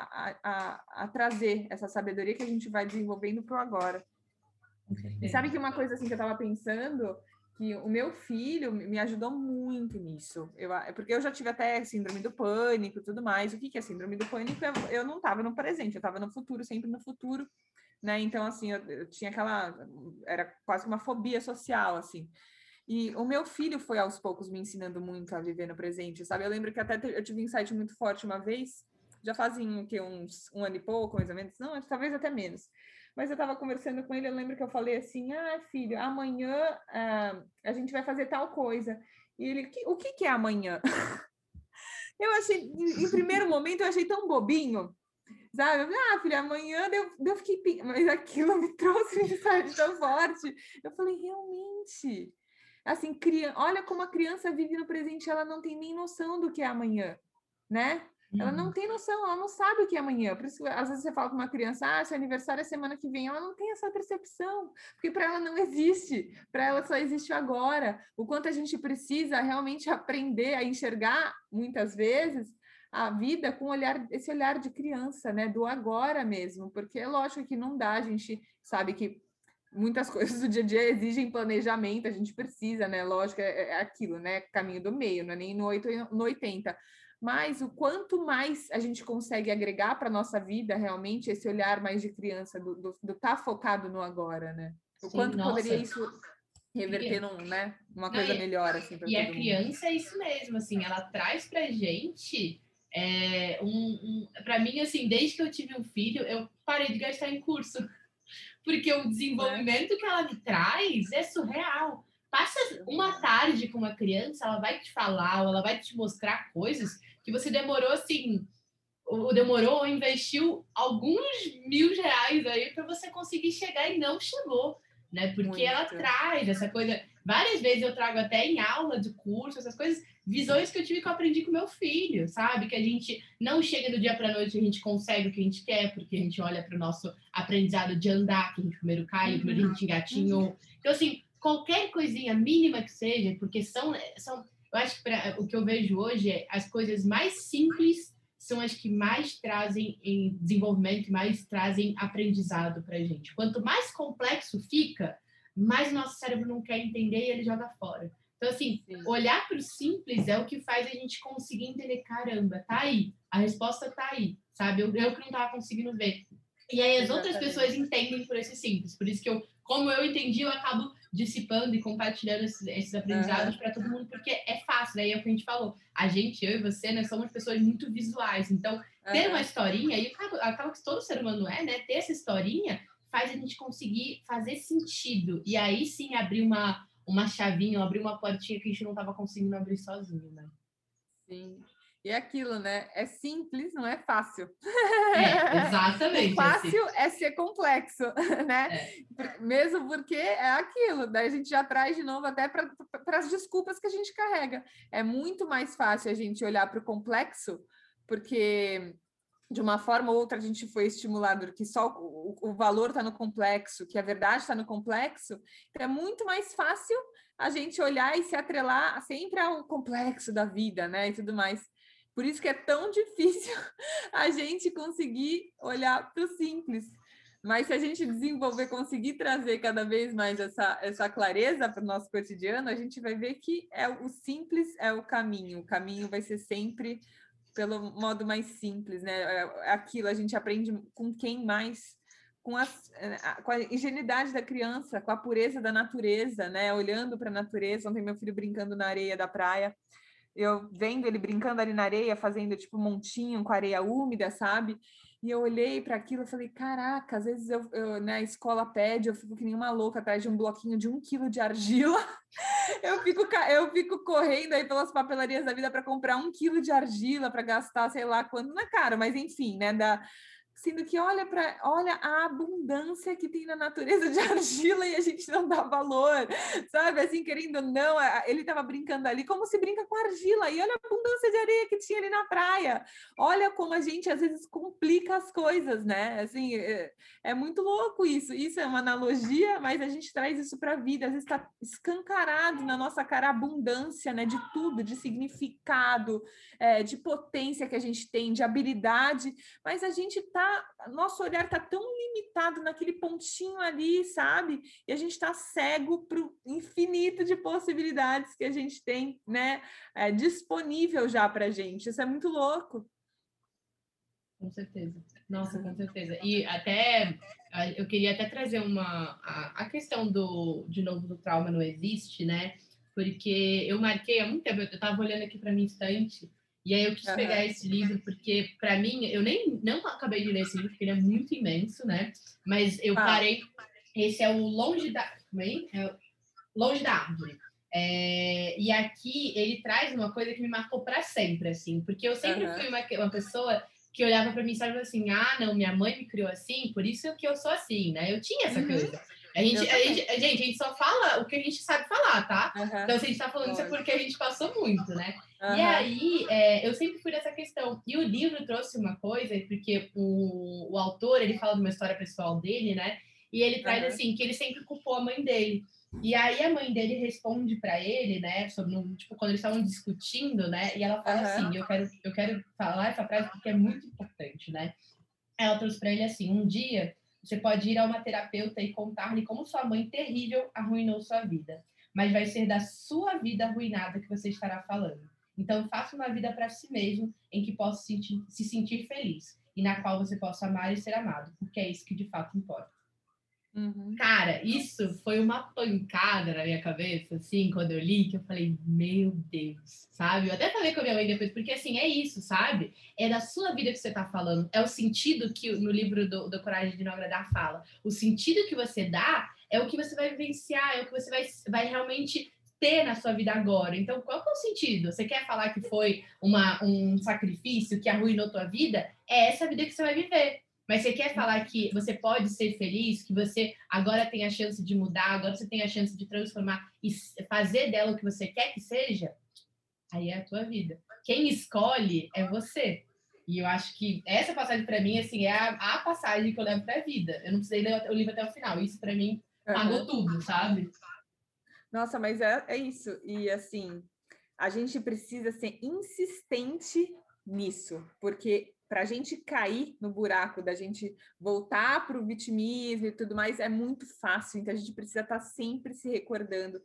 a trazer essa sabedoria que a gente vai desenvolvendo para o agora. E sabe que uma coisa assim que eu estava pensando, que o meu filho me ajudou muito nisso. Porque eu já tive até síndrome do pânico e tudo mais. O que é síndrome do pânico? Eu não estava no presente, eu estava no futuro, sempre no futuro, né? Então, assim, eu tinha era quase uma fobia social, assim. E o meu filho foi aos poucos me ensinando muito a viver no presente, sabe? Eu lembro que até eu tive um insight muito forte uma vez, já fazem um ano e pouco, mais ou menos, não, talvez até menos. Mas eu estava conversando com ele, eu lembro que eu falei assim, filho, amanhã a gente vai fazer tal coisa. E ele, o que é amanhã? Eu achei, em primeiro momento, eu achei tão bobinho, sabe? Filho, amanhã eu fiquei... Mas aquilo me trouxe um insight tão forte. Eu falei, realmente... Assim, olha como a criança vive no presente, ela não tem nem noção do que é amanhã, né? Ela não tem noção, ela não sabe o que é amanhã. Por isso, às vezes você fala com uma criança, seu aniversário é semana que vem, ela não tem essa percepção, porque para ela não existe, para ela só existe o agora. O quanto a gente precisa realmente aprender a enxergar, muitas vezes, a vida com esse olhar de criança, né? Do agora mesmo, porque é lógico que não dá, a gente sabe que muitas coisas do dia a dia exigem planejamento, a gente precisa, né? Lógico, é aquilo, né? Caminho do meio, não é nem no 80. Mas o quanto mais a gente consegue agregar para a nossa vida, realmente, esse olhar mais de criança, do tá focado no agora, né? O quanto poderia isso reverter uma coisa melhor, assim, para todo mundo. E a criança é isso mesmo, assim, ela traz pra gente... para mim, assim, desde que eu tive um filho, eu parei de gastar em curso. Porque o desenvolvimento que ela me traz é surreal. Passa uma tarde com uma criança, ela vai te falar, ou ela vai te mostrar coisas que você demorou, assim, ou investiu alguns R$1.000 aí para você conseguir chegar e não chegou, né? Porque ela traz essa coisa... Várias vezes eu trago até em aula de curso, essas coisas, visões que eu tive que eu aprendi com meu filho, sabe? Que a gente não chega do dia para a noite e a gente consegue o que a gente quer, porque a gente olha para o nosso aprendizado de andar, que a gente primeiro cai, primeiro a gente engatinhou. Então, assim, qualquer coisinha mínima que seja, porque são eu acho que o que eu vejo hoje é as coisas mais simples são as que mais trazem em desenvolvimento, mais trazem aprendizado para a gente. Quanto mais complexo fica, mais o nosso cérebro não quer entender e ele joga fora. Então, assim, olhar para o simples é o que faz a gente conseguir entender, caramba, tá aí, a resposta tá aí, sabe? Eu que não estava conseguindo ver. E aí as outras pessoas entendem por esse simples. Por isso que como eu entendi, eu acabo dissipando e compartilhando esses aprendizados para todo mundo, porque é fácil, daí é o que a gente falou. Eu e você, nós somos pessoas muito visuais, então ter uma historinha, e acaba que todo ser humano né? Ter essa historinha faz a gente conseguir fazer sentido, e aí sim abrir uma chavinha, abrir uma portinha que a gente não estava conseguindo abrir sozinho, né? Sim. E é aquilo, né? É simples, não é fácil. Exatamente. O fácil é ser complexo, né? Mesmo porque é aquilo, daí a gente já traz de novo até para as desculpas que a gente carrega. É muito mais fácil a gente olhar para o complexo, porque de uma forma ou outra a gente foi estimulado que só o valor está no complexo, que a verdade está no complexo, então é muito mais fácil a gente olhar e se atrelar sempre ao complexo da vida, né? E tudo mais. Por isso que é tão difícil a gente conseguir olhar para o simples. Mas se a gente conseguir trazer cada vez mais essa clareza para o nosso cotidiano, a gente vai ver que o simples é o caminho. O caminho vai ser sempre pelo modo mais simples, né? Aquilo a gente aprende com quem mais, com a ingenuidade da criança, com a pureza da natureza, né? Olhando para a natureza. Ontem meu filho brincando na areia da praia, eu vendo ele brincando ali na areia, fazendo tipo um montinho com areia úmida, sabe? E eu olhei para aquilo e falei, caraca, às vezes na escola pede, eu fico que nem uma louca atrás de um bloquinho de 1 quilo de argila. Eu fico correndo aí pelas papelarias da vida para comprar 1 quilo de argila para gastar, sei lá quanto, não é caro, mas enfim, né? sendo que olha a abundância que tem na natureza de argila e a gente não dá valor, sabe? Assim, querendo ou não, ele estava brincando ali como se brinca com argila, e olha a abundância de areia que tinha ali na praia. Olha como a gente às vezes complica as coisas, né? Assim, é muito louco isso. Isso é uma analogia, mas a gente traz isso para a vida. Às vezes está escancarado na nossa cara a abundância, né? De tudo, de significado, de potência que a gente tem, de habilidade, mas a gente nosso olhar está tão limitado naquele pontinho ali, sabe? E a gente está cego para o infinito de possibilidades que a gente tem, né? Disponível já para a gente. Isso é muito louco. Com certeza. Nossa, com certeza. E até eu queria até trazer a questão de novo, do trauma não existe, né? Porque eu marquei há muito tempo, eu estava olhando aqui para minha estante, e aí eu quis pegar esse livro, porque para mim, eu não acabei de ler esse livro, porque ele é muito imenso, né? Mas eu parei, esse é o Longe da Árvore. E aqui ele traz uma coisa que me marcou para sempre, assim, porque eu sempre fui uma pessoa que olhava para mim e falava assim, não, minha mãe me criou assim, por isso que eu sou assim, né? Eu tinha essa coisa. A gente só fala o que a gente sabe falar, tá? Então, se a gente tá falando isso é porque a gente passou muito, né? E aí, eu sempre fui nessa questão. E o livro trouxe uma coisa, porque o autor, ele fala de uma história pessoal dele, né? E ele traz, assim, que ele sempre culpou a mãe dele. E aí a mãe dele responde para ele, né, sobre quando eles estavam discutindo, né, e ela fala assim, eu quero falar essa frase porque é muito importante, né? Ela trouxe para ele assim, um dia você pode ir a uma terapeuta e contar-lhe como sua mãe terrível arruinou sua vida, mas vai ser da sua vida arruinada que você estará falando. Então faça uma vida para si mesmo em que possa se sentir feliz e na qual você possa amar e ser amado, porque é isso que de fato importa. Cara, isso foi uma pancada na minha cabeça, assim, quando eu li, que eu falei, meu Deus, sabe? Eu até falei com a minha mãe depois, porque assim, é isso, sabe? É da sua vida que você tá falando, é o sentido que no livro do Coragem de Não Agradar fala. O sentido que você dá é o que você vai vivenciar, é o que você vai realmente ter na sua vida agora. Então, qual que é o sentido? Você quer falar que foi um sacrifício que arruinou tua vida? É essa vida que você vai viver. Mas você quer falar que você pode ser feliz, que você agora tem a chance de mudar, agora você tem a chance de transformar e fazer dela o que você quer que seja? Aí é a tua vida. Quem escolhe é você. E eu acho que essa passagem, para mim, assim, é a passagem que eu levo para a vida. Eu não precisei ler o livro até o final. Isso, para mim, pagou tudo, sabe? Nossa, mas é isso. E, assim, a gente precisa ser insistente nisso, porque para a gente cair no buraco da gente voltar para o vitimismo e tudo mais é muito fácil, então a gente precisa estar sempre se recordando.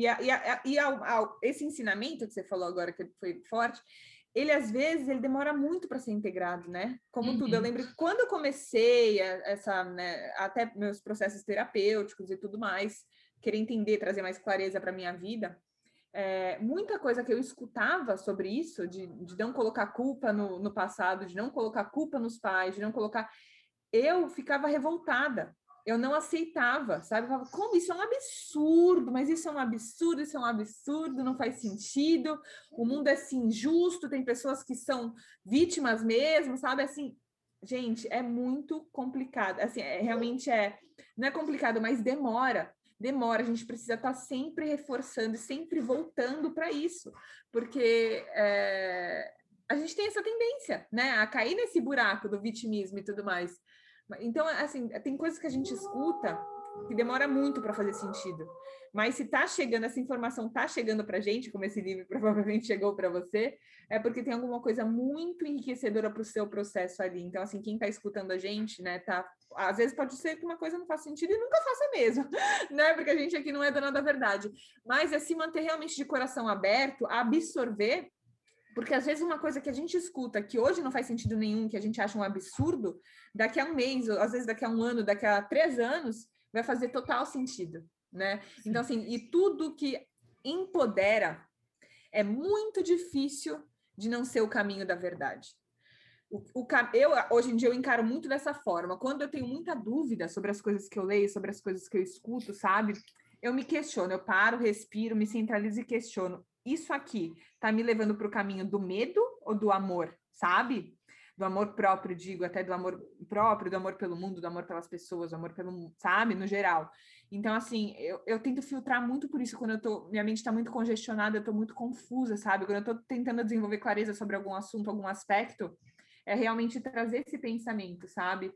Esse ensinamento que você falou agora, que foi forte, ele às vezes ele demora muito para ser integrado, né? Como tudo. Eu lembro que quando eu comecei né, até meus processos terapêuticos e tudo mais, querer entender, trazer mais clareza para minha vida, muita coisa que eu escutava sobre isso, de não colocar culpa no passado, de não colocar culpa nos pais, de não colocar... Eu ficava revoltada, eu não aceitava, sabe? Eu falava, como? Isso é um absurdo, mas isso é um absurdo, isso é um absurdo, não faz sentido, o mundo é assim, injusto, tem pessoas que são vítimas mesmo, sabe? Assim, gente, é muito complicado, assim, realmente não é complicado, mas demora, a gente precisa estar sempre reforçando e sempre voltando para isso, porque a gente tem essa tendência, né, a cair nesse buraco do vitimismo e tudo mais. Então, assim, tem coisas que a gente escuta que demora muito para fazer sentido, mas se tá chegando, essa informação tá chegando para a gente, como esse livro provavelmente chegou para você, é porque tem alguma coisa muito enriquecedora para o seu processo ali. Então, assim, quem está escutando a gente, né, às vezes pode ser que uma coisa não faça sentido e nunca faça mesmo, né, porque a gente aqui não é dona da verdade, mas é se manter realmente de coração aberto, a absorver, porque às vezes uma coisa que a gente escuta que hoje não faz sentido nenhum, que a gente acha um absurdo, daqui a um mês, ou às vezes daqui a um ano, daqui a 3 anos, vai fazer total sentido, né? Então, assim, e tudo que empodera é muito difícil de não ser o caminho da verdade. Hoje em dia eu encaro muito dessa forma. Quando eu tenho muita dúvida sobre as coisas que eu leio, sobre as coisas que eu escuto, sabe? Eu me questiono, eu paro, respiro, me centralizo e questiono. Isso aqui tá me levando para o caminho do medo ou do amor, sabe? do amor próprio, digo, até do amor próprio, do amor pelo mundo, do amor pelas pessoas, do amor pelo, sabe, no geral. Então, assim, eu tento filtrar muito por isso, quando minha mente está muito congestionada, eu estou muito confusa, sabe? Quando eu estou tentando desenvolver clareza sobre algum assunto, algum aspecto, é realmente trazer esse pensamento, sabe?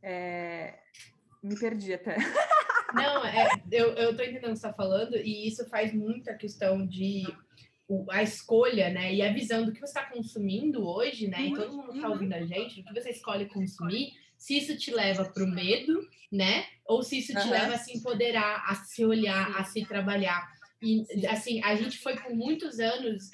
Me perdi até. Não, eu tô entendendo o que você está falando, e isso faz muito a questão de a escolha, né? E a visão do que você está consumindo hoje, né? E todo mundo está ouvindo a gente, do que você escolhe consumir, se isso te leva para o medo, né? Ou se isso te leva a se empoderar, a se olhar, a se trabalhar. E, assim, a gente foi por muitos anos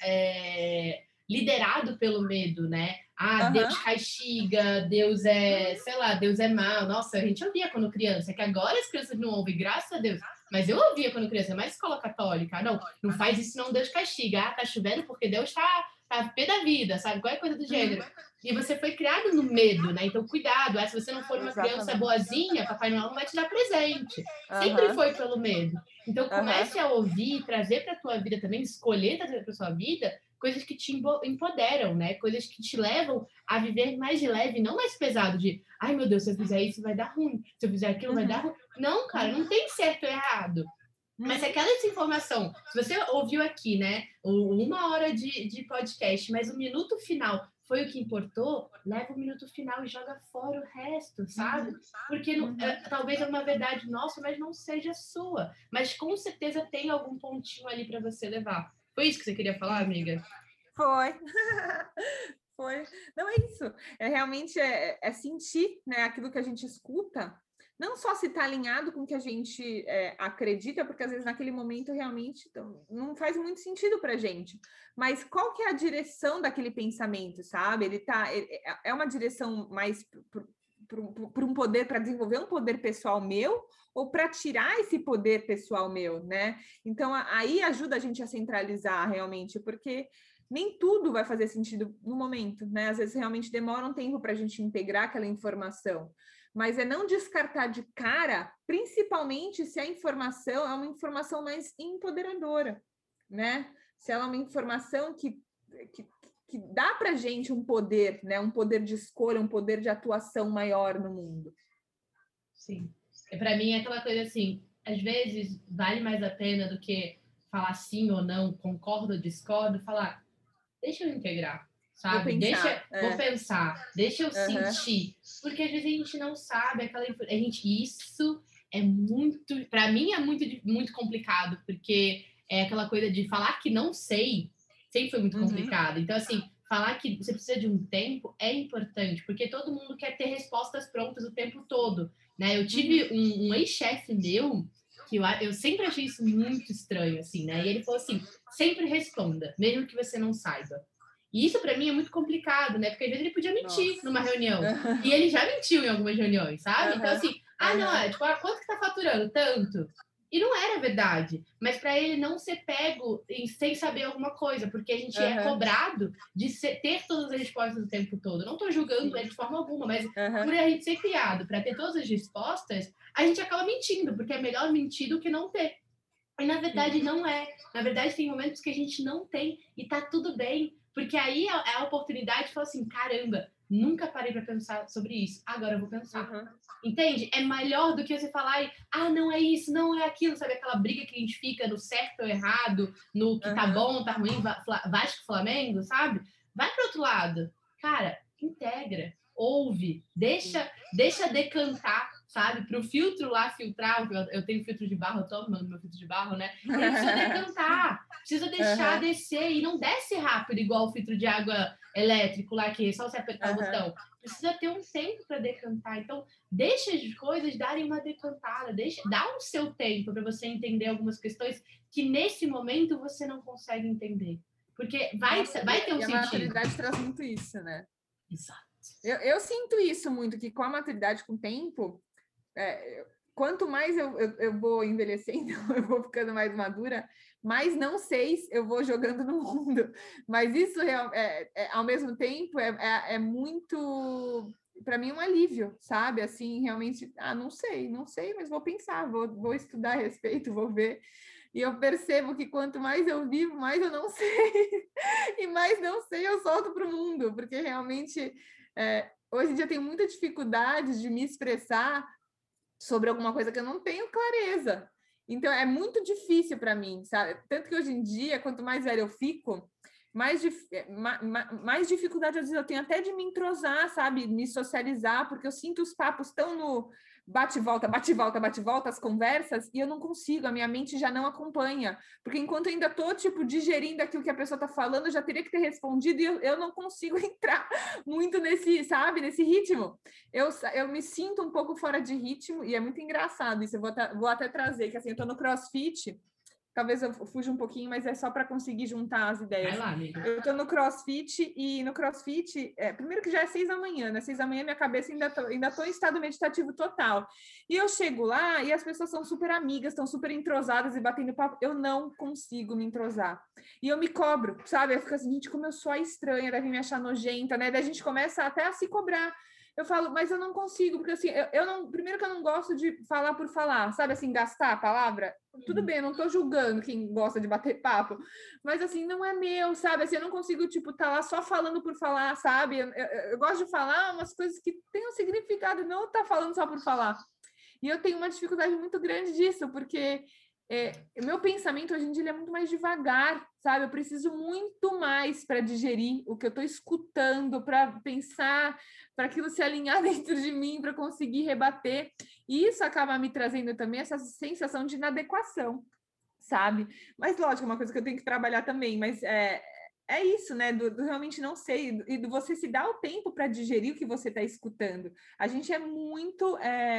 liderado pelo medo, né? Deus castiga, Deus é, sei lá, Deus é mau. Nossa, a gente ouvia quando criança, que agora as crianças não ouvem, graças a Deus. Mas eu ouvia quando criança, mais escola católica. Não faz isso não, Deus castiga. Tá chovendo porque Deus tá pé da vida, sabe? Qualquer coisa do gênero. E você foi criado no medo, né? Então, cuidado. Se você não for uma criança boazinha, Papai Noel não vai te dar presente. Sempre foi pelo medo. Então, comece a ouvir, trazer para a tua vida também, escolher trazer para a sua vida coisas que te empoderam, né? Coisas que te levam a viver mais de leve, não mais pesado de, ai meu Deus, se eu fizer isso vai dar ruim, se eu fizer aquilo vai dar ruim. Não, cara, não tem certo ou errado. Mas se aquela informação, se você ouviu aqui, né, 1 hora de podcast, mas o minuto final foi o que importou, leva o minuto final e joga fora o resto, sabe? Porque talvez é uma verdade nossa, mas não seja sua. Mas com certeza tem algum pontinho ali para você levar. Foi isso que você queria falar, amiga? Foi. Foi. Não é isso. Realmente sentir, né, aquilo que a gente escuta. Não só se está alinhado com o que a gente acredita, porque às vezes naquele momento realmente não faz muito sentido para a gente. Mas qual que é a direção daquele pensamento, sabe? É uma direção mais para um poder, para desenvolver um poder pessoal meu, ou para tirar esse poder pessoal meu, né? Então aí ajuda a gente a centralizar realmente, porque nem tudo vai fazer sentido no momento, né? Às vezes realmente demora um tempo para a gente integrar aquela informação. Mas é não descartar de cara, principalmente se a informação é uma informação mais empoderadora, né? Se ela é uma informação que dá para a gente um poder, né? Um poder de escolha, um poder de atuação maior no mundo. Sim. Para mim é aquela coisa assim, às vezes vale mais a pena do que falar sim ou não, concordo ou discordo, falar, deixa eu integrar. Sabe? Vou pensar, deixa eu sentir, porque às vezes a gente não sabe isso é muito, para mim é muito complicado, porque é aquela coisa de falar que não sei, sempre foi muito complicado. Então assim, falar que você precisa de um tempo é importante, porque todo mundo quer ter respostas prontas o tempo todo, né? Eu tive um ex-chefe meu que eu sempre achei isso muito estranho, assim, né? E ele falou assim, sempre responda, mesmo que você não saiba. E isso para mim é muito complicado, né? Porque às vezes ele podia mentir numa reunião. E ele já mentiu em algumas reuniões, sabe? Então, assim, não, tipo, quanto que tá faturando? Tanto. E não era verdade. Mas para ele não ser pego sem saber alguma coisa, porque a gente é cobrado de ter todas as respostas o tempo todo. Não tô julgando ele de forma alguma, mas por a gente ser criado para ter todas as respostas, a gente acaba mentindo, porque é melhor mentir do que não ter. E na verdade não é. Na verdade tem momentos que a gente não tem e tá tudo bem. Porque aí é a oportunidade de falar assim, caramba, nunca parei para pensar sobre isso, agora eu vou pensar. Entende? É melhor do que você falar, não é isso, não é aquilo, sabe? Aquela briga que a gente fica no certo ou errado, no que tá bom, tá ruim, Vasco, Flamengo, sabe? Vai pro outro lado. Cara, integra, ouve, deixa decantar, sabe? Pro filtro lá filtrar, eu tenho filtro de barro, eu tô amando meu filtro de barro, né? Ele precisa decantar, precisa deixar descer, e não desce rápido igual o filtro de água elétrico lá, que é só você apertar o botão. Precisa ter um tempo para decantar. Então, deixa as coisas darem uma decantada, dá o seu tempo para você entender algumas questões que nesse momento você não consegue entender. Porque vai ter um sentido. A maturidade traz muito isso, né? Exato. Eu sinto isso muito, que com a maturidade, com o tempo, quanto mais eu vou envelhecendo, eu vou ficando mais madura, mais não sei eu vou jogando no mundo. Mas isso, ao mesmo tempo, é muito, para mim, um alívio, sabe? Assim, realmente, não sei, mas vou pensar, vou estudar a respeito, vou ver. E eu percebo que quanto mais eu vivo, mais eu não sei. E mais não sei eu solto para o mundo, porque realmente Hoje em dia eu tenho muita dificuldade de me expressar sobre alguma coisa que eu não tenho clareza. Então, é muito difícil para mim, sabe? Tanto que hoje em dia, quanto mais velha eu fico, mais dificuldade, às vezes, eu tenho até de me entrosar, sabe? Me socializar, porque eu sinto os papos tão no bate-volta, bate-volta, bate-volta, as conversas, e eu não consigo, a minha mente já não acompanha. Porque enquanto eu ainda estou, tipo, digerindo aquilo que a pessoa está falando, eu já teria que ter respondido, e eu não consigo entrar muito nesse, sabe? Nesse ritmo. Eu me sinto um pouco fora de ritmo, e é muito engraçado isso. Eu vou até trazer, que assim, eu estou no CrossFit. Talvez eu fuja um pouquinho, mas é só para conseguir juntar as ideias. Vai lá, amiga. Eu estou no CrossFit, e no CrossFit, primeiro que já é 6 da manhã, né? 6 da manhã minha cabeça ainda tô em estado meditativo total. E eu chego lá e as pessoas são super amigas, estão super entrosadas e batendo papo. Eu não consigo me entrosar. E eu me cobro, sabe? Eu fico assim, gente, como eu sou a estranha, deve me achar nojenta, né? Daí a gente começa até a se cobrar. Eu falo, mas eu não consigo, porque assim, eu não, primeiro que eu não gosto de falar por falar, sabe assim, gastar a palavra. Tudo bem, eu não tô julgando quem gosta de bater papo, mas assim, não é meu, sabe? Assim, eu não consigo, tipo, tá lá só falando por falar, sabe? Eu gosto de falar umas coisas que têm um significado, não tá falando só por falar. E eu tenho uma dificuldade muito grande disso, porque o meu pensamento hoje em dia ele é muito mais devagar, sabe? Eu preciso muito mais para digerir o que eu estou escutando, para pensar, para aquilo se alinhar dentro de mim, para conseguir rebater. E isso acaba me trazendo também essa sensação de inadequação, sabe? Mas, lógico, é uma coisa que eu tenho que trabalhar também, mas é isso, né? Do realmente não sei, e do você se dar o tempo para digerir o que você está escutando. A gente é muito,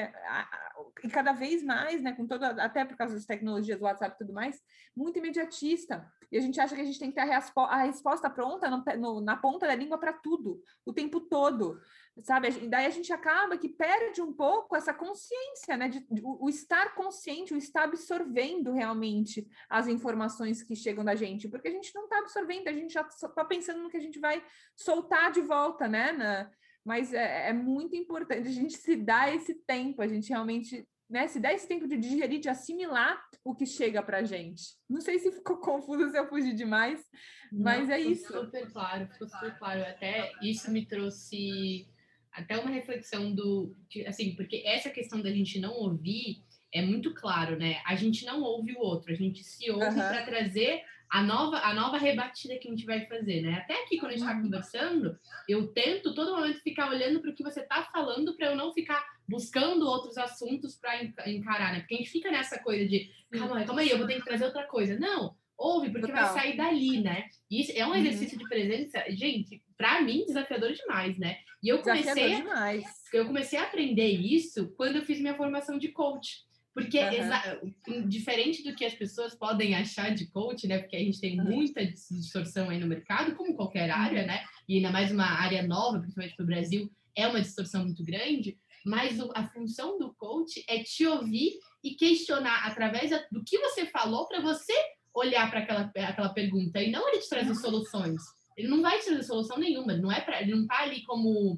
e cada vez mais, né? Com toda, até por causa das tecnologias, do WhatsApp e tudo mais, muito imediatista. E a gente acha que a gente tem que ter a resposta pronta na ponta da língua para tudo, o tempo todo. Sabe? Daí a gente acaba que perde um pouco essa consciência, né? O estar consciente, o estar absorvendo realmente as informações que chegam da gente, porque a gente não está absorvendo, a gente já está pensando no que a gente vai soltar de volta, né? Mas é muito importante a gente se dar esse tempo, a gente realmente, né, se dar esse tempo de digerir, de assimilar o que chega para a gente. Não sei se ficou confuso, se eu fugi demais, mas é isso. Ficou super claro. Até isso me trouxe até uma reflexão assim, porque essa questão da gente não ouvir é muito claro, né? A gente não ouve o outro, a gente se ouve para trazer a nova rebatida que a gente vai fazer, né? Até aqui, quando a gente está conversando, eu tento todo momento ficar olhando para o que você está falando para eu não ficar buscando outros assuntos para encarar, né? Porque a gente fica nessa coisa de, calma aí, eu vou ter que trazer outra coisa. Não, ouve, porque vai sair dali, né? E isso é um exercício de presença, gente, para mim, desafiador demais, né? E eu comecei a aprender isso quando eu fiz minha formação de coach. Porque, diferente do que as pessoas podem achar de coach, né? Porque a gente tem muita distorção aí no mercado, como qualquer área, né? E ainda mais uma área nova, principalmente para o Brasil, é uma distorção muito grande. Mas a função do coach é te ouvir e questionar através do que você falou para você olhar para aquela pergunta e não ele te trazer soluções. Ele não vai te trazer solução nenhuma. Ele não está ali como...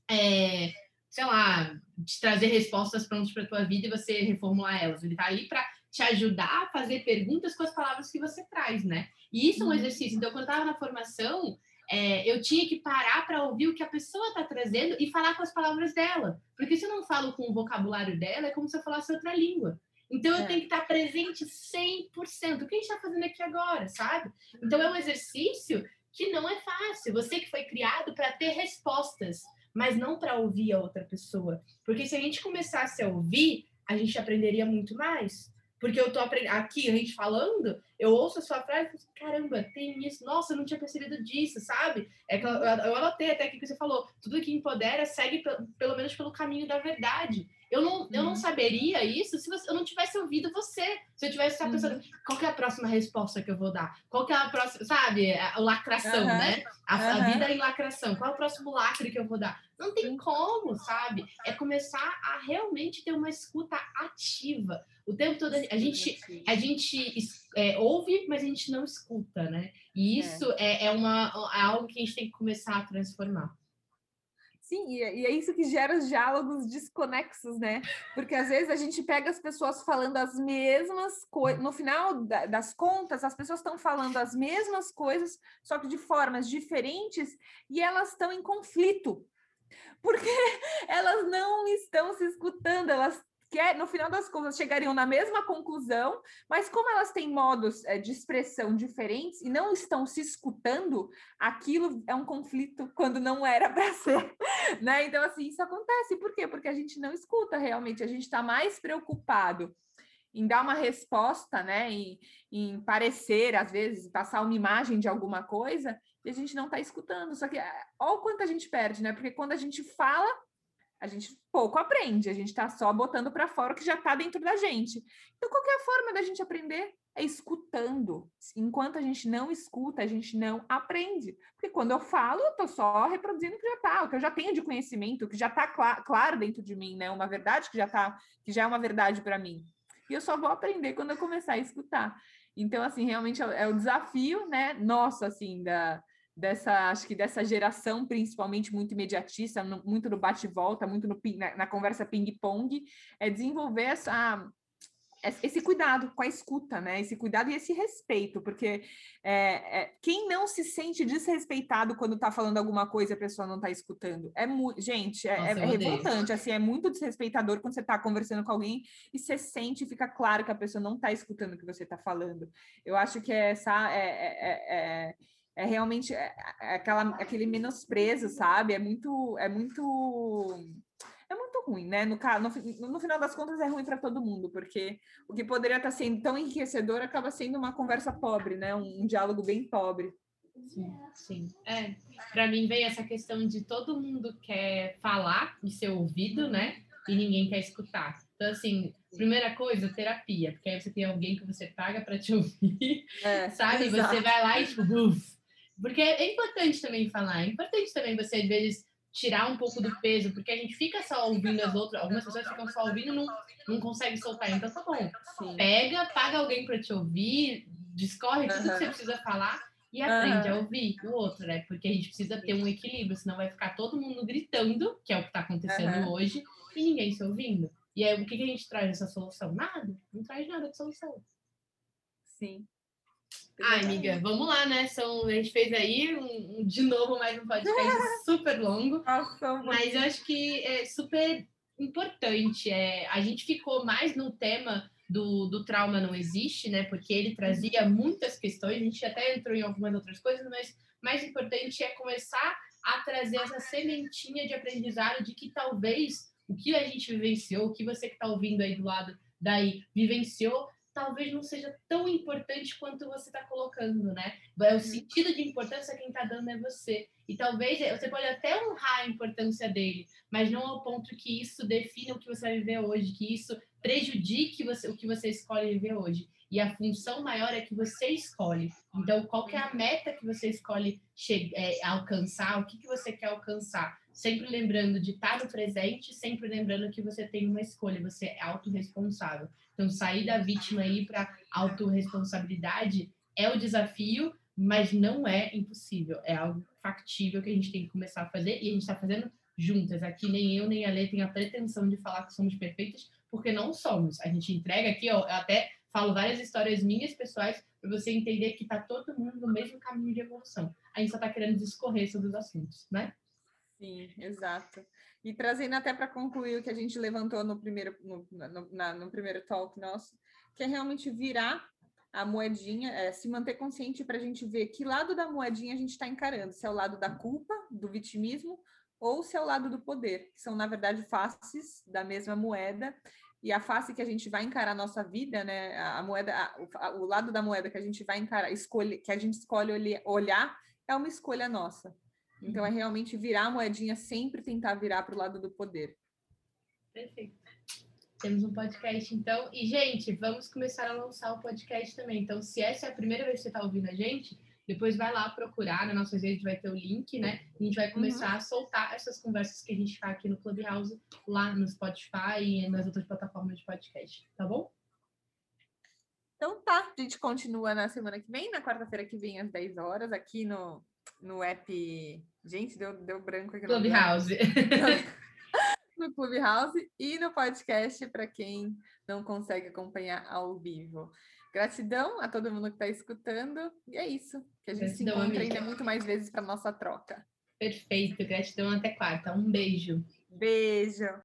sei lá, te trazer respostas prontas para a tua vida e você reformular elas. Ele está ali para te ajudar a fazer perguntas com as palavras que você traz, né? E isso é um exercício. Então, quando eu estava na formação, eu tinha que parar para ouvir o que a pessoa está trazendo e falar com as palavras dela. Porque se eu não falo com o vocabulário dela, é como se eu falasse outra língua. Então, eu tenho que estar presente 100%. O que a gente está fazendo aqui agora, sabe? Então, é um exercício que não é fácil. Você que foi criado para ter respostas, mas não para ouvir a outra pessoa. Porque se a gente começasse a ouvir, a gente aprenderia muito mais. Porque eu tô aprendendo aqui, a gente falando, eu ouço a sua frase e falo assim, caramba, tem isso, nossa, eu não tinha percebido disso, sabe? Eu anotei até aqui que você falou, tudo que empodera segue pelo menos pelo caminho da verdade. Eu não saberia isso se eu não tivesse ouvido você. Se eu tivesse só pensando, qual que é a próxima resposta que eu vou dar? Qual que é a próxima, sabe? A lacração, né? A vida em lacração. Qual é o próximo lacre que eu vou dar? Não tem como, sabe? É começar a realmente ter uma escuta ativa. O tempo todo a gente ouve, mas a gente não escuta, né? E isso é algo que a gente tem que começar a transformar. Sim, e é isso que gera os diálogos desconexos, né? Porque às vezes a gente pega as pessoas falando as mesmas coisas, no final das contas, as pessoas estão falando as mesmas coisas, só que de formas diferentes, e elas estão em conflito. Porque elas não estão se escutando, elas no final das contas, chegariam na mesma conclusão, mas como elas têm modos de expressão diferentes e não estão se escutando, aquilo é um conflito quando não era para ser, né? Então, assim, isso acontece. Por quê? Porque a gente não escuta realmente, a gente está mais preocupado em dar uma resposta, né? Em parecer, às vezes, passar uma imagem de alguma coisa, e a gente não está escutando. Só que olha o quanto a gente perde, né? Porque quando a gente fala, a gente pouco aprende, a gente está só botando para fora o que já está dentro da gente. Então, qualquer forma da gente aprender é escutando. Enquanto a gente não escuta, a gente não aprende. Porque quando eu falo, eu estou só reproduzindo o que já está, o que eu já tenho de conhecimento, o que já está claro dentro de mim, né? Uma verdade que já é uma verdade para mim. E eu só vou aprender quando eu começar a escutar. Então, assim, realmente é o desafio, né? Nosso, assim, acho que dessa geração, principalmente muito imediatista, muito no bate-volta, muito na conversa ping-pong, é desenvolver esse cuidado com a escuta, né? Esse cuidado e esse respeito, porque quem não se sente desrespeitado quando está falando alguma coisa e a pessoa não está escutando? Gente, é revoltante, assim, é muito desrespeitador quando você está conversando com alguém e você sente e fica claro que a pessoa não está escutando o que você está falando. Eu acho que realmente aquele menosprezo, sabe? É muito ruim, né? No final das contas é ruim para todo mundo, porque o que poderia estar sendo tão enriquecedor acaba sendo uma conversa pobre, né? Um diálogo bem pobre. Sim. Para mim vem essa questão de todo mundo quer falar e ser ouvido, né? E ninguém quer escutar. Então, assim, primeira coisa, terapia, porque aí você tem alguém que você paga para te ouvir, sabe? Exato. Você vai lá e tipo, porque é importante também falar, é importante também você, às vezes, tirar um pouco do peso, porque a gente fica só ouvindo as outras, algumas pessoas ficam só ouvindo e não conseguem soltar. Então, tá bom, paga alguém para te ouvir, discorre tudo que você precisa falar e aprende a ouvir o outro, né? Porque a gente precisa ter um equilíbrio, senão vai ficar todo mundo gritando, que é o que tá acontecendo hoje, e ninguém se ouvindo. E aí, o que a gente traz nessa solução? Nada, não traz nada de solução. Sim. Amiga, vamos lá, né? A gente fez aí de novo mais um podcast super longo, mas eu acho que é super importante. A gente ficou mais no tema do trauma não existe, né? Porque ele trazia muitas questões, a gente até entrou em algumas outras coisas, mas mais importante é começar a trazer essa sementinha de aprendizado de que talvez o que a gente vivenciou, o que você que está ouvindo aí do lado daí vivenciou, talvez não seja tão importante quanto você está colocando, né? O sentido de importância quem está dando é você. E talvez você pode até honrar a importância dele, mas não ao ponto que isso defina o que você vai viver hoje, que isso prejudique o que você escolhe viver hoje. E a função maior é que você escolhe. Então, qual que é a meta que você escolhe alcançar? O que você quer alcançar? Sempre lembrando de estar no presente, sempre lembrando que você tem uma escolha, você é autorresponsável. Então, sair da vítima aí para autorresponsabilidade é o desafio, mas não é impossível. É algo factível que a gente tem que começar a fazer e a gente está fazendo juntas. Aqui nem eu nem a Lê tem a pretensão de falar que somos perfeitas, porque não somos. A gente entrega aqui, ó, eu até falo várias histórias minhas pessoais para você entender que está todo mundo no mesmo caminho de evolução. A gente só está querendo discorrer sobre os assuntos, né? Sim, exato. E trazendo até para concluir o que a gente levantou no primeiro talk nosso, que é realmente virar a moedinha, se manter consciente para a gente ver que lado da moedinha a gente está encarando, se é o lado da culpa, do vitimismo, ou se é o lado do poder, que são, na verdade, faces da mesma moeda, e a face que a gente vai encarar a nossa vida, né, o lado da moeda que a gente vai encarar, que a gente escolhe olhar, é uma escolha nossa. Então, é realmente virar a moedinha, sempre tentar virar para o lado do poder. Perfeito. Temos um podcast, então. E, gente, vamos começar a lançar o podcast também. Então, se essa é a primeira vez que você está ouvindo a gente, depois vai lá procurar, nas nossas redes vai ter o link, né? A gente vai começar a soltar essas conversas que a gente faz aqui no Clubhouse, lá no Spotify e nas outras plataformas de podcast, tá bom? Então tá, a gente continua na semana que vem, na quarta-feira que vem, às 10 horas, aqui no app... Gente, deu branco aqui no Clubhouse. No Clubhouse e no podcast para quem não consegue acompanhar ao vivo. Gratidão a todo mundo que está escutando. E é isso. Que a gente se encontra ainda muito mais vezes para nossa troca. Perfeito, gratidão, até quarta. Um beijo. Beijo.